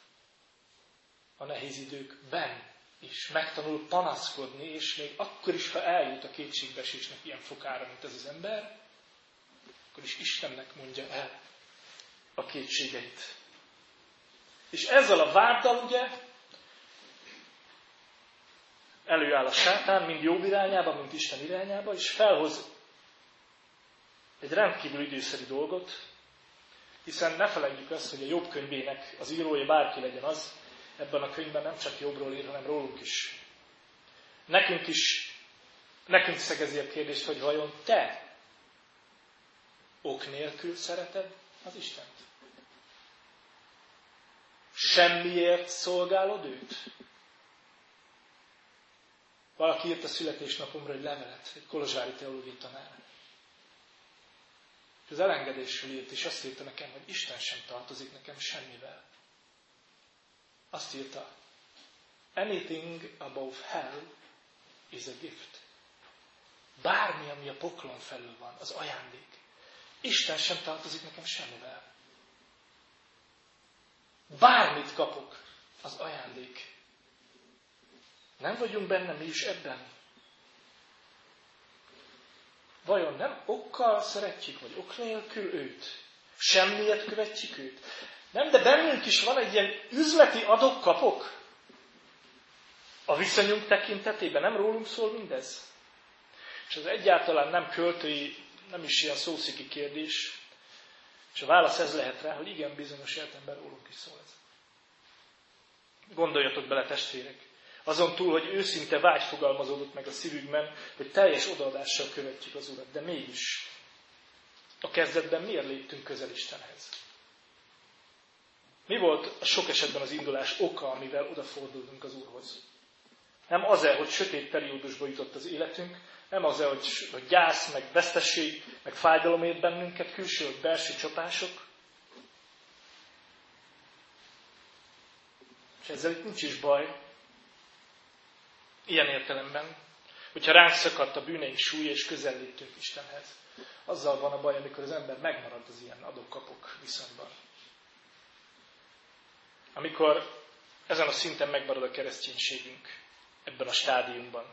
a nehéz időkben is. Megtanul panaszkodni, és még akkor is, ha eljut a kétségbeesésnek ilyen fokára, mint ez az ember, akkor is Istennek mondja el a kétségeit. És ezzel a váddal ugye előáll a sátán, mind Jobb irányába, mind Isten irányába, és felhoz egy rendkívül időszerű dolgot, hiszen ne feledjük azt, hogy a Jobb könyvének az írója bárki legyen az, ebben a könyvben nem csak Jobbról ír, hanem rólunk is. Nekünk is, nekünk szegezi a kérdést, hogy vajon te ok nélkül szereted az Istent? Semmiért szolgálod őt? Valaki írt a születésnapomra egy levelet, egy kolozsvári teológiai tanár. És az elengedésről írt, és azt írta nekem, hogy Isten sem tartozik nekem semmivel. Azt írta, anything above hell is a gift. Bármi, ami a poklon felül van, az ajándék. Isten sem tartozik nekem semmivel. Bármit kapok, az ajándék. Nem vagyunk benne mi is ebben? Vajon nem okkal szeretjük, vagy ok nélkül őt? Semmiért követjük őt? Nem, de bennünk is van egy ilyen üzleti adok-kapok. A viszonyunk tekintetében nem rólunk szól mindez. És ez egyáltalán nem költői, nem is ilyen szósziki kérdés. És a válasz ez lehet rá, hogy igen, bizonyos értelemben rólunk is szól ez. Gondoljatok bele, testvérek. Azon túl, hogy őszinte vágy fogalmazódott meg a szívünkben, hogy teljes odaadással követjük az Urat. De mégis, a kezdetben miért léptünk közel Istenhez? Mi volt a sok esetben az indulás oka, amivel odafordultunk az Úrhoz? Nem az-e, hogy sötét periódusba jutott az életünk, nem az-e, hogy, hogy gyász, meg vesztesség, meg fájdalom ért bennünket, külső vagy belső csapások? És ezzel itt nincs is baj. Ilyen értelemben, hogyha ránk szakadt a bűneink súlya, és közel léptünk Istenhez. Azzal van a baj, amikor az ember megmarad az ilyen adok-kapok viszonyban. Amikor ezen a szinten megmarad a kereszténységünk, ebben a stádiumban.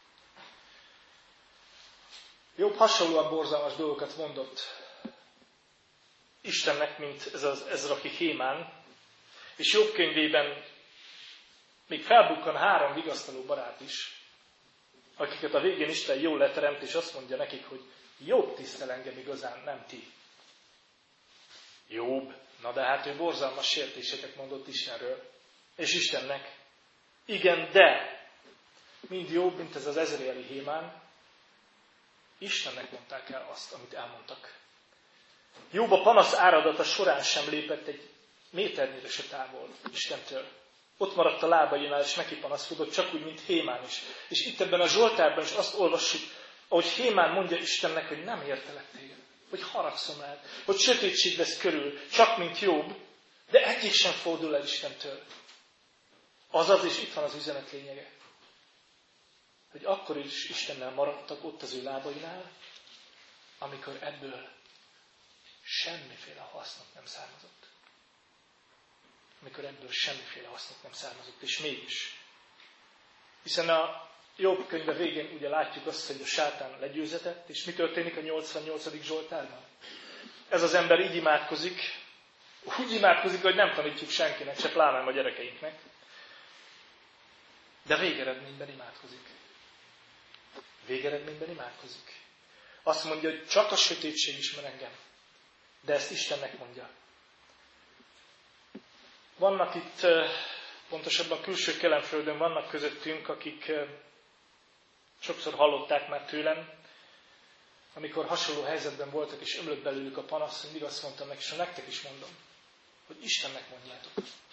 Jobb hasonlóan borzalmas dolgokat mondott Istennek, mint ez az Ezraki Hémán, és Jobb könyvében még felbukkan három vigasztaló barát is, akiket a végén Isten jól leteremt, és azt mondja nekik, hogy Jobb tisztel engem igazán, nem ti. Jobb. Na de hát ő borzalmas sértéseket mondott Istenről. És Istennek. Igen, de mind Jobb, mint ez az ezreeli Hémán, Istennek mondták el azt, amit elmondtak. Jobb a panasz áradata során sem lépett egy méternyire se távol Istentől. Ott maradt a lábainál, és neki panaszkodott, csak úgy, mint Hémán is. És itt ebben a Zsoltárban is azt olvassuk, ahogy Hémán mondja Istennek, hogy nem értelek téged, hogy haragszom rád, hogy sötétség vesz körül, csak mint Jobb, de egyik sem fordul el Istentől. Azaz, és itt van az üzenet lényege, hogy akkor is Istennel maradtak ott az ő lábainál, amikor ebből semmiféle hasznot nem származott. Amikor ebből semmiféle hasznot nem származott, és mégis. Hiszen a Jobb könyve végén ugye látjuk azt, hogy a sátán legyőzetett, és mi történik a nyolcvannyolcadik Zsoltárban? Ez az ember így imádkozik, Úgy imádkozik, hogy nem tanítjuk senkinek, se pláne a gyerekeinknek. De végeredményben imádkozik. Végeredményben imádkozik. Azt mondja, hogy csak a sötétség ismer engem. De ezt Istennek mondja. Vannak itt, pontosabban külső Kelenföldön vannak közöttünk, akik sokszor hallották már tőlem, amikor hasonló helyzetben voltak, és ömlött belőlük a panasz, mindig azt mondtam neki, és nektek is mondom, hogy Istennek mondjátok.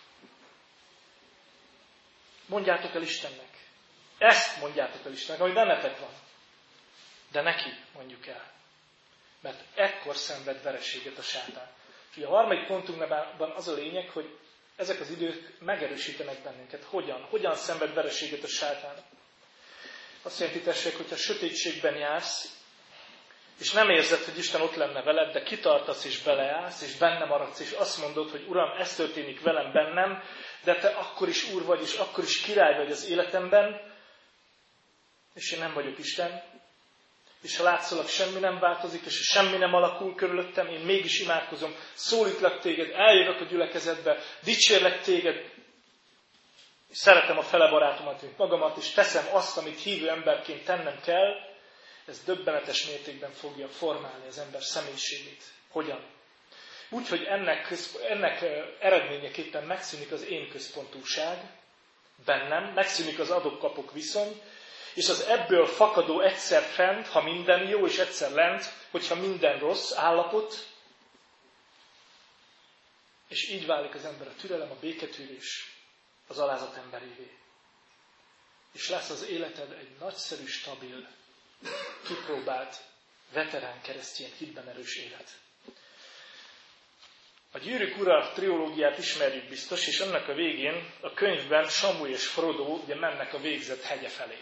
Mondjátok el Istennek. Ezt mondjátok el Istennek, ami bennetek van. De neki mondjuk el. Mert ekkor szenved vereséget a sátán. És ugye a harmadik pontunkban az a lényeg, hogy ezek az idők megerősítenek bennünket. Hogyan? Hogyan szenved vereséget a sátán? Azt jelenti, tessék, hogyha sötétségben jársz, és nem érzed, hogy Isten ott lenne veled, de kitartasz és beleállsz, és benne maradsz, és azt mondod, hogy Uram, ez történik velem bennem, de te akkor is Úr vagy, és akkor is király vagy az életemben, és én nem vagyok Isten, és ha látszólag semmi nem változik, és semmi nem alakul körülöttem, én mégis imádkozom, szólítlak téged, eljövök a gyülekezetbe, dicsérlek téged, és szeretem a fele barátomat, mint magamat, és teszem azt, amit hívő emberként tennem kell, ez döbbenetes mértékben fogja formálni az ember személyiségét. Hogyan? Úgy, hogy ennek, közp- ennek eredményeképpen megszűnik az én központúság bennem, megszűnik az adok-kapok viszony, és az ebből fakadó egyszer fent, ha minden jó, és egyszer lent, hogyha minden rossz állapot, és így válik az ember a türelem, a béketűrés, az alázat emberévé. És lesz az életed egy nagyszerű, stabil, kipróbált, veterán keresztény hitben erős élet. A Gyűrűk ura triológiát ismerjük biztos, és ennek a végén a könyvben Samu és Frodo ugye mennek a végzet hegye felé.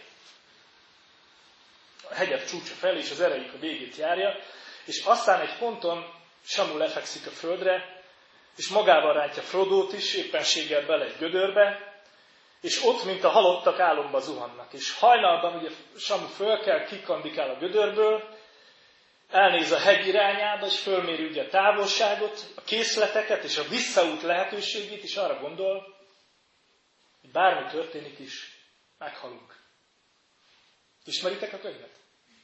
A hegyek csúcsa felé, és az erejük a végét járja, és aztán egy ponton Samu lefekszik a földre, és magával rántja Frodót is, éppenséggel bele egy gödörbe, és ott, mint a halottak, álomba zuhannak. És hajnalban ugye Samu fölkel, kikandikál a gödörből, elnéz a hegy irányába, és fölméri ugye a távolságot, a készleteket és a visszaút lehetőségét, és arra gondol, hogy bármi történik is, meghalunk. Ismeritek a könyvet?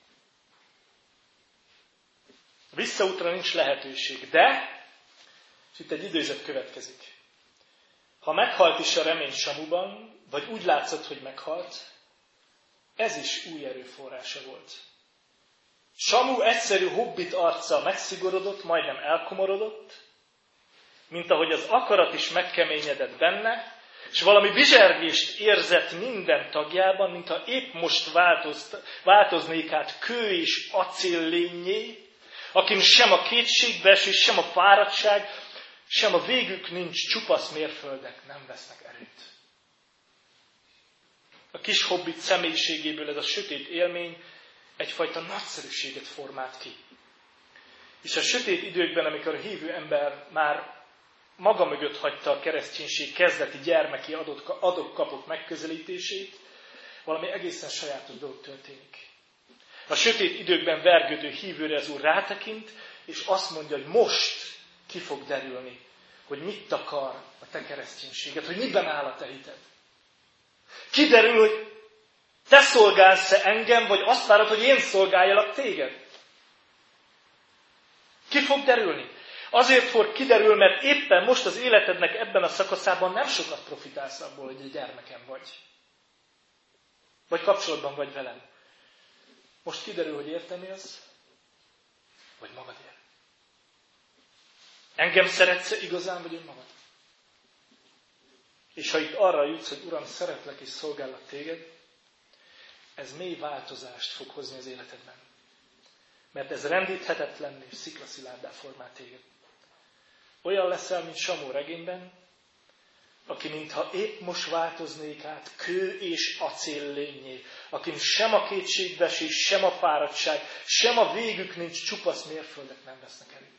A visszaútra nincs lehetőség, de, és itt egy idézet következik. Ha meghalt is a remény Samuban, vagy úgy látszott, hogy meghalt, ez is új erőforrása volt. Samu egyszerű hobbit arca megszigorodott, majdnem elkomorodott, mint ahogy az akarat is megkeményedett benne, és valami bizsergést érzett minden tagjában, mintha épp most változnék át kő és acél lényé, akin sem a kétségbeesés, sem a fáradtság, sem a végük nincs, csupasz mérföldek nem vesznek erőt. A kis hobbit személyiségéből ez a sötét élmény egyfajta nagyszerűséget formált ki. És a sötét időkben, amikor a hívő ember már maga mögött hagyta a kereszténység kezdeti gyermeki adok-kapok megközelítését, valami egészen sajátos dolog történik. A sötét időkben vergődő hívőre az Úr rátekint, és azt mondja, hogy most ki fog derülni, hogy mit akar a te kereszténységed, hogy miben áll a te hited. Kiderül, hogy te szolgálsz-e engem, vagy azt várod, hogy én szolgáljalak téged. Ki fog derülni? Azért fog kiderül, mert éppen most az életednek ebben a szakaszában nem sokat profitálsz abból, hogy egy gyermekem vagy. Vagy kapcsolatban vagy velem. Most kiderül, hogy értem élsz, vagy magadért. Engem szeretsz igazán, vagy önmagad? És ha itt arra jutsz, hogy Uram, szeretlek és szolgállak téged, ez mély változást fog hozni az életedben. Mert ez rendíthetetlen és sziklaszilárdá formál téged. Olyan leszel, mint Samu regényben, aki mintha épp most változnék át kő és acél lényé, akin sem a kétségbeesés, sem a fáradtság, sem a végük nincs, csupasz mérföldek nem vesznek erőt.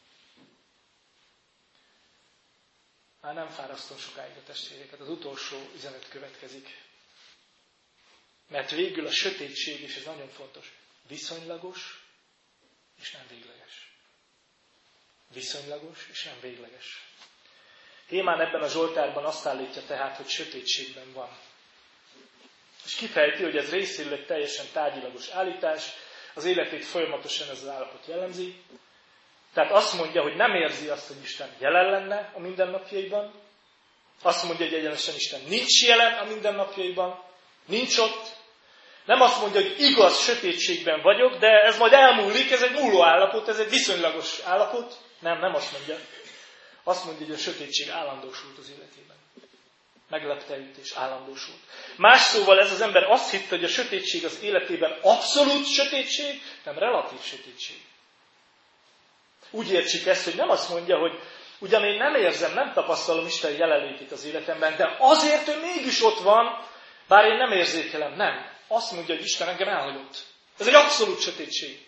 Már nem fárasztom sokáig a testvéreket, az utolsó üzenet következik. Mert végül a sötétség, és ez nagyon fontos, viszonylagos és nem végleges. viszonylagos és nem végleges. Hémán ebben a Zsoltárban azt állítja tehát, hogy sötétségben van. És kifejti, hogy ez részéről egy teljesen tárgyilagos állítás, az életét folyamatosan ez az állapot jellemzi. Tehát azt mondja, hogy nem érzi azt, hogy Isten jelen lenne a mindennapjaiban. Azt mondja, hogy egyenesen Isten nincs jelen a mindennapjaiban, nincs ott. Nem azt mondja, hogy igaz, sötétségben vagyok, de ez majd elmúlik, ez egy múló állapot, ez egy viszonylagos állapot. Nem, nem azt mondja. Azt mondja, hogy a sötétség állandósult az életében. Meglepte őt és állandósult. Más szóval ez az ember azt hitte, hogy a sötétség az életében abszolút sötétség, nem relatív sötétség. Úgy értsük ezt, hogy nem azt mondja, hogy ugyan én nem érzem, nem tapasztalom Isten jelenlétét az életemben, de azért ő mégis ott van, bár én nem érzékelem. Nem. Azt mondja, hogy Isten engem elhagyott. Ez egy abszolút sötétség.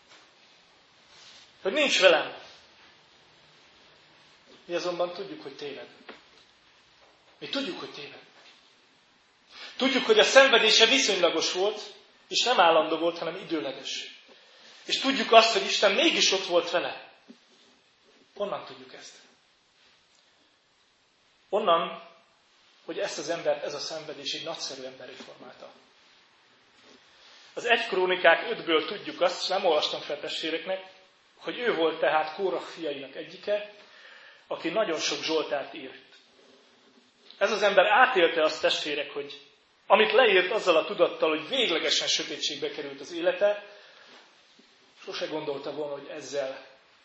Hogy nincs velem. Mi azonban tudjuk, hogy téved. Mi tudjuk, hogy téved. Tudjuk, hogy a szenvedése viszonylagos volt, és nem állandó volt, hanem időleges. És tudjuk azt, hogy Isten mégis ott volt vele. Honnan tudjuk ezt? Onnan, hogy ezt az embert, ez a szenvedés egy nagyszerű emberré formálta. Az egy Krónikák ötből tudjuk azt, és nem olvastam fel testvéreknek, hogy ő volt tehát Kórah fiainak egyike, aki nagyon sok Zsoltárt írt. Ez az ember átélte azt, testvérek, hogy amit leírt azzal a tudattal, hogy véglegesen sötétségbe került az élete, sose gondolta volna, hogy ezzel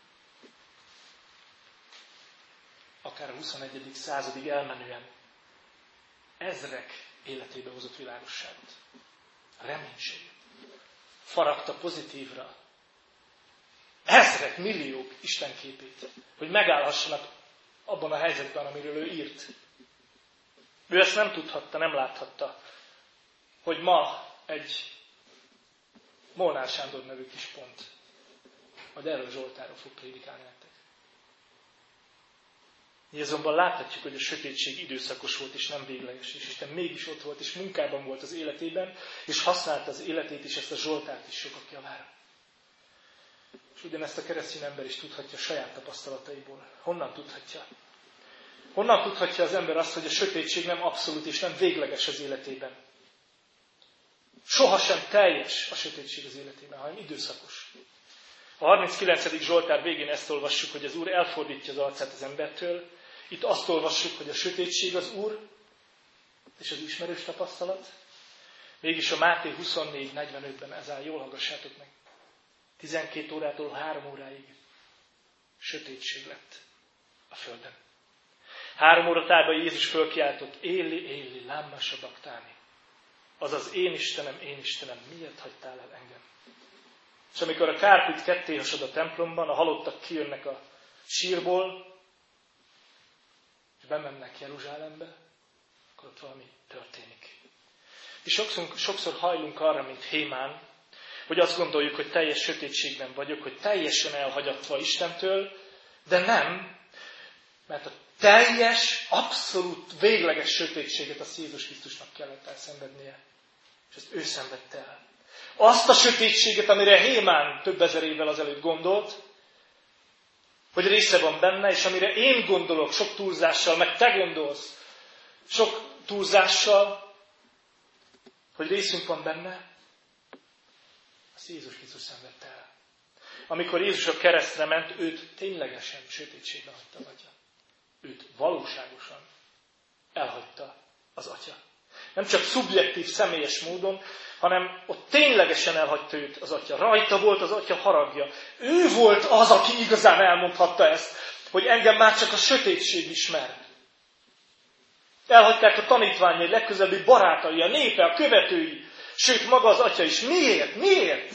akár a huszonegyedik századig elmenően ezrek életébe hozott világosságot. A reménységet. Faragta pozitívra. Ezrek, milliók Isten képét, hogy megállhassanak abban a helyzetben, amiről ő írt. Ő ezt nem tudhatta, nem láthatta, hogy ma egy Molnár Sándor nevű kis pont, majd erről Zsoltárról fog prédikálni nektek. Mi azonban láthatjuk, hogy a sötétség időszakos volt, és nem végleges, és Isten mégis ott volt, és munkában volt az életében, és használta az életét, és ezt a Zsoltárt is sokak javára. És ugyanezt a keresztény ember is tudhatja saját tapasztalataiból. Honnan tudhatja? Honnan tudhatja az ember azt, hogy a sötétség nem abszolút és nem végleges az életében? Sohasem teljes a sötétség az életében, hanem időszakos. A harminckilencedik Zsoltár végén ezt olvassuk, hogy az Úr elfordítja az arcát az embertől. Itt azt olvassuk, hogy a sötétség az Úr, és az ismerős tapasztalat. Mégis a Máté huszonnégy negyvenötben ez áll, jól hallgassátok meg. tizenkét órától három óráig sötétség lett a földön. Három óra tájban Jézus fölkiáltott, Éli, Éli, lámma sabaktáni. Azaz, én Istenem, én Istenem, miért hagytál el engem? És amikor a kárpit ketté hasad a templomban, a halottak kijönnek a sírból, és bemennek Jeruzsálembe, akkor ott valami történik. És sokszor, sokszor hajlunk arra, mint Hémán, hogy azt gondoljuk, hogy teljes sötétségben vagyok, hogy teljesen elhagyatva Istentől, de nem, mert a teljes, abszolút, végleges sötétséget a Jézus Krisztusnak kellett elszenvednie. És ezt ő szenvedte el. Azt a sötétséget, amire Hémán több ezer évvel azelőtt gondolt, hogy része van benne, és amire én gondolok sok túlzással, meg te gondolsz sok túlzással, hogy részünk van benne, azt Jézus Krisztus szenvedte el. Amikor Jézus a keresztre ment, őt ténylegesen sötétségben hagyta az Atya. Őt valóságosan elhagyta az Atya. Nem csak szubjektív, személyes módon, hanem ott ténylegesen elhagyta őt az Atya. Rajta volt az Atya haragja. Ő volt az, aki igazán elmondhatta ezt, hogy engem már csak a sötétség ismer. Elhagyták a tanítványai, legközelebbi barátai, a népe, a követői, sőt maga az Atya is. Miért? Miért?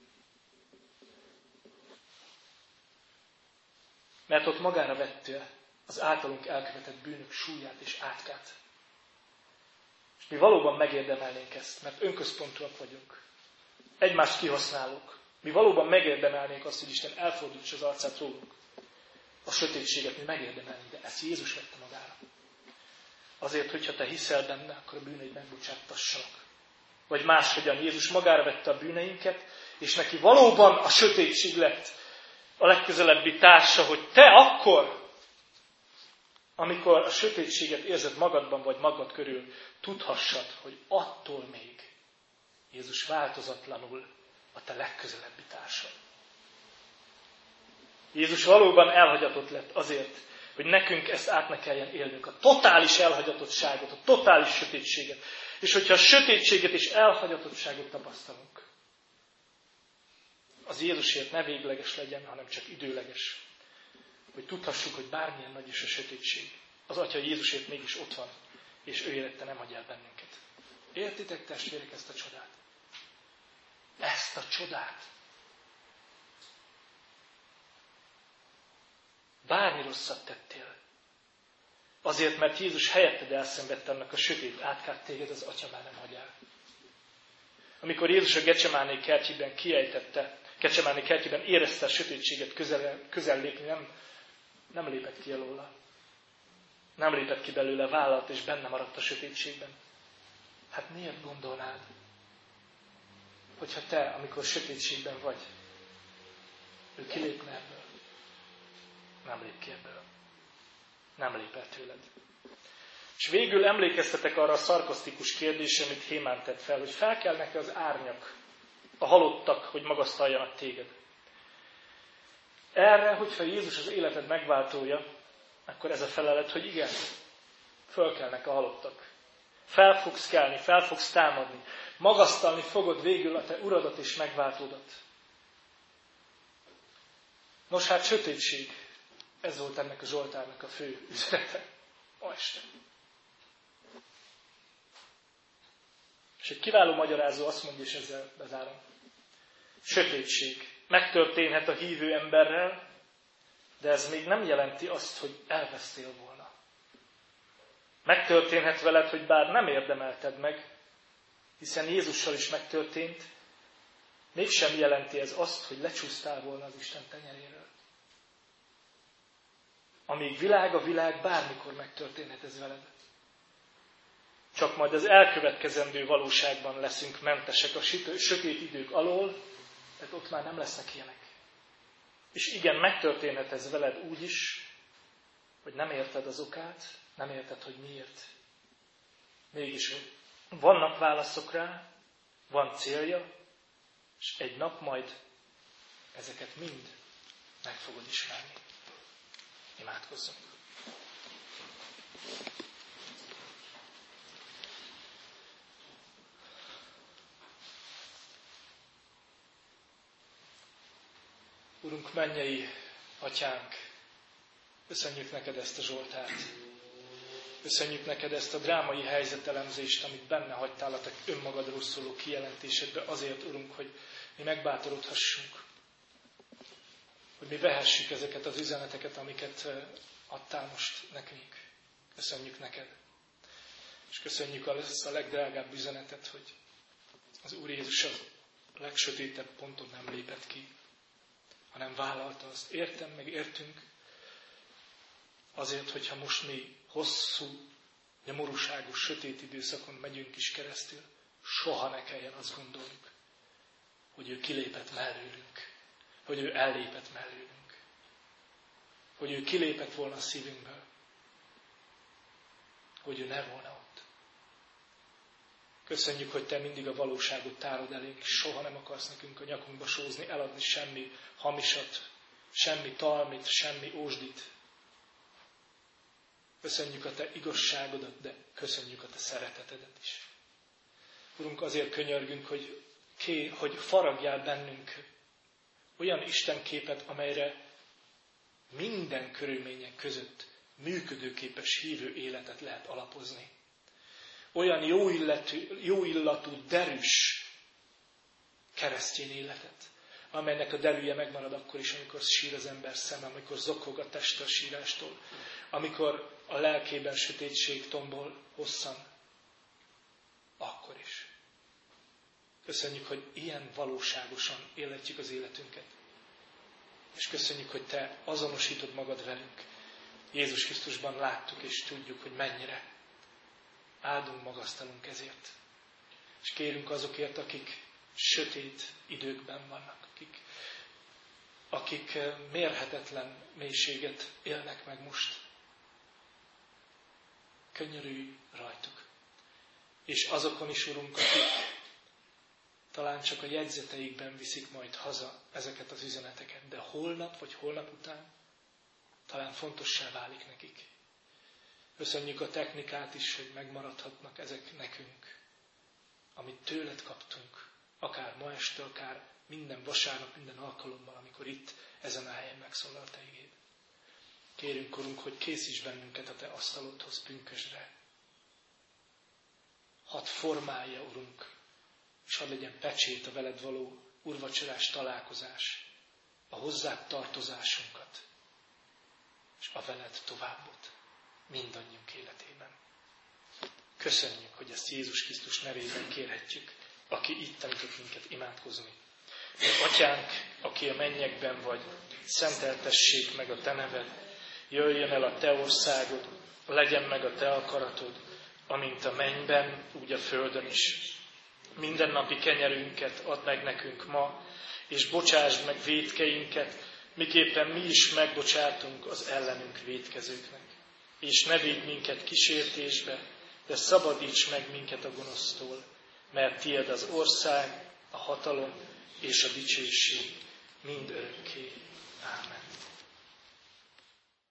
Mert ott magára vette az általunk elkövetett bűnök súlyát és átkát. És mi valóban megérdemelnénk ezt, mert önközpontúak vagyunk. Egymást kihasználunk. Mi valóban megérdemelnénk azt, hogy Isten elfordítsa az arcát rólunk. A sötétséget mi megérdemelnénk, de ezt Jézus vette magára. Azért, hogyha te hiszel benne, akkor a bűneid megbocsátassanak. Vagy máshogyan Jézus magára vette a bűneinket, és neki valóban a sötétség lett a legközelebbi társa, hogy te akkor, amikor a sötétséget érzed magadban vagy magad körül, tudhassad, hogy attól még Jézus változatlanul a te legközelebbi társad. Jézus valóban elhagyatott lett azért, hogy nekünk ezt át ne kelljen élnünk. A totális elhagyatottságot, a totális sötétséget. És hogyha a sötétséget és elhagyatottságot tapasztalunk, az Jézusért ne végleges legyen, hanem csak időleges. Hogy tudhassuk, hogy bármilyen nagy is a sötétség, az Atya Jézusért mégis ott van, és ő élete nem hagy el bennünket. Értitek, testvérek, ezt a csodát? Ezt a csodát! Bármi rosszat tettél. Azért, mert Jézus helyetted elszenvedte annak a sötét átkát, téged az Atya már nem hagy el. Amikor Jézus a Gecsemáné kertjében kiejtette, Gecsemáné kertjében érezte a sötétséget közel, közel lépni, nem, nem lépett ki alóla. Nem lépett ki belőle, vállalt és benne maradt a sötétségben. Hát miért gondolnád, hogyha te, amikor sötétségben vagy, ő kilépne ebből? Nem lép ki ebből. Nem lép el tőled. És végül emlékeztetek arra a szarkasztikus kérdésre, amit Hémán tett fel, hogy felkelnek-e az árnyak, a halottak, hogy magasztaljanak téged. Erre, hogyha Jézus az életed megváltója, akkor ez a felelet, hogy igen, fölkelnek a halottak. Fel fogsz kelni, fel fogsz támadni. Magasztalni fogod végül a te uradat és megváltódat. Nos hát sötétség. Ez volt ennek a Zsoltárnak a fő üzenete. Ma este. És egy kiváló magyarázó azt mondja, és ezzel bezárom. Sötétség. Megtörténhet a hívő emberrel, de ez még nem jelenti azt, hogy elvesztél volna. Megtörténhet veled, hogy bár nem érdemelted meg, hiszen Jézussal is megtörtént, mégsem jelenti ez azt, hogy lecsúsztál volna az Isten tenyeréről. Amíg világ a világ, bármikor megtörténhet ez veled. Csak majd az elkövetkezendő valóságban leszünk mentesek a sötét idők alól, tehát ott már nem lesznek ilyenek. És igen, megtörténhet ez veled úgy is, hogy nem érted az okát, nem érted, hogy miért. Mégis vannak válaszok rá, van célja, és egy nap majd ezeket mind meg fogod ismerni. Imádkozzunk. Urunk, mennyei Atyánk, köszönjük neked ezt a Zsoltárt. Köszönjük neked ezt a drámai helyzetelemzést, amit benne hagytál a te önmagadról szóló kijelentésedbe azért, Urunk, hogy mi megbátorodhassunk. Hogy mi vehessük ezeket az üzeneteket, amiket adtál most nekünk. Köszönjük neked. És köszönjük azt a legdrágább üzenetet, hogy az Úr Jézus a legsötétebb ponton nem lépett ki, hanem vállalta azt. Értem, meg értünk, azért, hogyha most mi hosszú, nyomorúságos, sötét időszakon megyünk is keresztül, soha ne kelljen azt gondolnunk, hogy ő kilépett mellőlünk, hogy ő ellépett mellőlünk, hogy ő kilépett volna a szívünkből, hogy ő ne volna ott. Köszönjük, hogy te mindig a valóságot tárod elénk, és soha nem akarsz nekünk a nyakunkba sózni, eladni semmi hamisat, semmi talmit, semmi ósdit. Köszönjük a te igazságodat, de köszönjük a te szeretetedet is. Urunk, azért könyörgünk, hogy, ké, hogy faragjál bennünk olyan Istenképet, amelyre minden körülmények között működőképes hívő életet lehet alapozni. Olyan jó illatú, jó illatú derűs keresztény életet, amelynek a derűje megmarad akkor is, amikor sír az ember szeme, amikor zokog a teste a sírástól, amikor a lelkében sötétség tombol hosszan, akkor is. Köszönjük, hogy ilyen valóságosan életjük az életünket. És köszönjük, hogy te azonosítod magad velünk. Jézus Krisztusban láttuk és tudjuk, hogy mennyire áldunk, magasztalunk ezért. És kérünk azokért, akik sötét időkben vannak, akik akik mérhetetlen mélységet élnek meg most. Könyörülj rajtuk. És azokon is, Urunk, akik talán csak a jegyzeteikben viszik majd haza ezeket az üzeneteket, de holnap vagy holnap után talán fontossá válik nekik. Köszönjük a technikát is, hogy megmaradhatnak ezek nekünk, amit tőled kaptunk, akár ma este, akár minden vasárnap, minden alkalommal, amikor itt ezen a helyen megszólal te igéd. Kérünk, Urunk, hogy készíts bennünket a te asztalodhoz pünkösdre. Hadd formálja, Urunk, és hadd legyen pecsét a veled való úrvacsorás találkozás, a hozzád tartozásunkat, és a veled továbbot mindannyiunk életében. Köszönjük, hogy ezt Jézus Krisztus nevében kérhetjük, aki itt tanított minket imádkozni. Atyánk, aki a mennyekben vagy, szenteltessék meg a te neved, jöjjön el a te országod, legyen meg a te akaratod, amint a mennyben, úgy a földön is. Mindennapi kenyerünket add meg nekünk ma, és bocsásd meg vétkeinket, miképpen mi is megbocsátunk az ellenünk vétkezőknek. És ne vigy minket kísértésbe, de szabadíts meg minket a gonosztól, mert tied az ország, a hatalom és a dicsőség mind örökké. Ámen.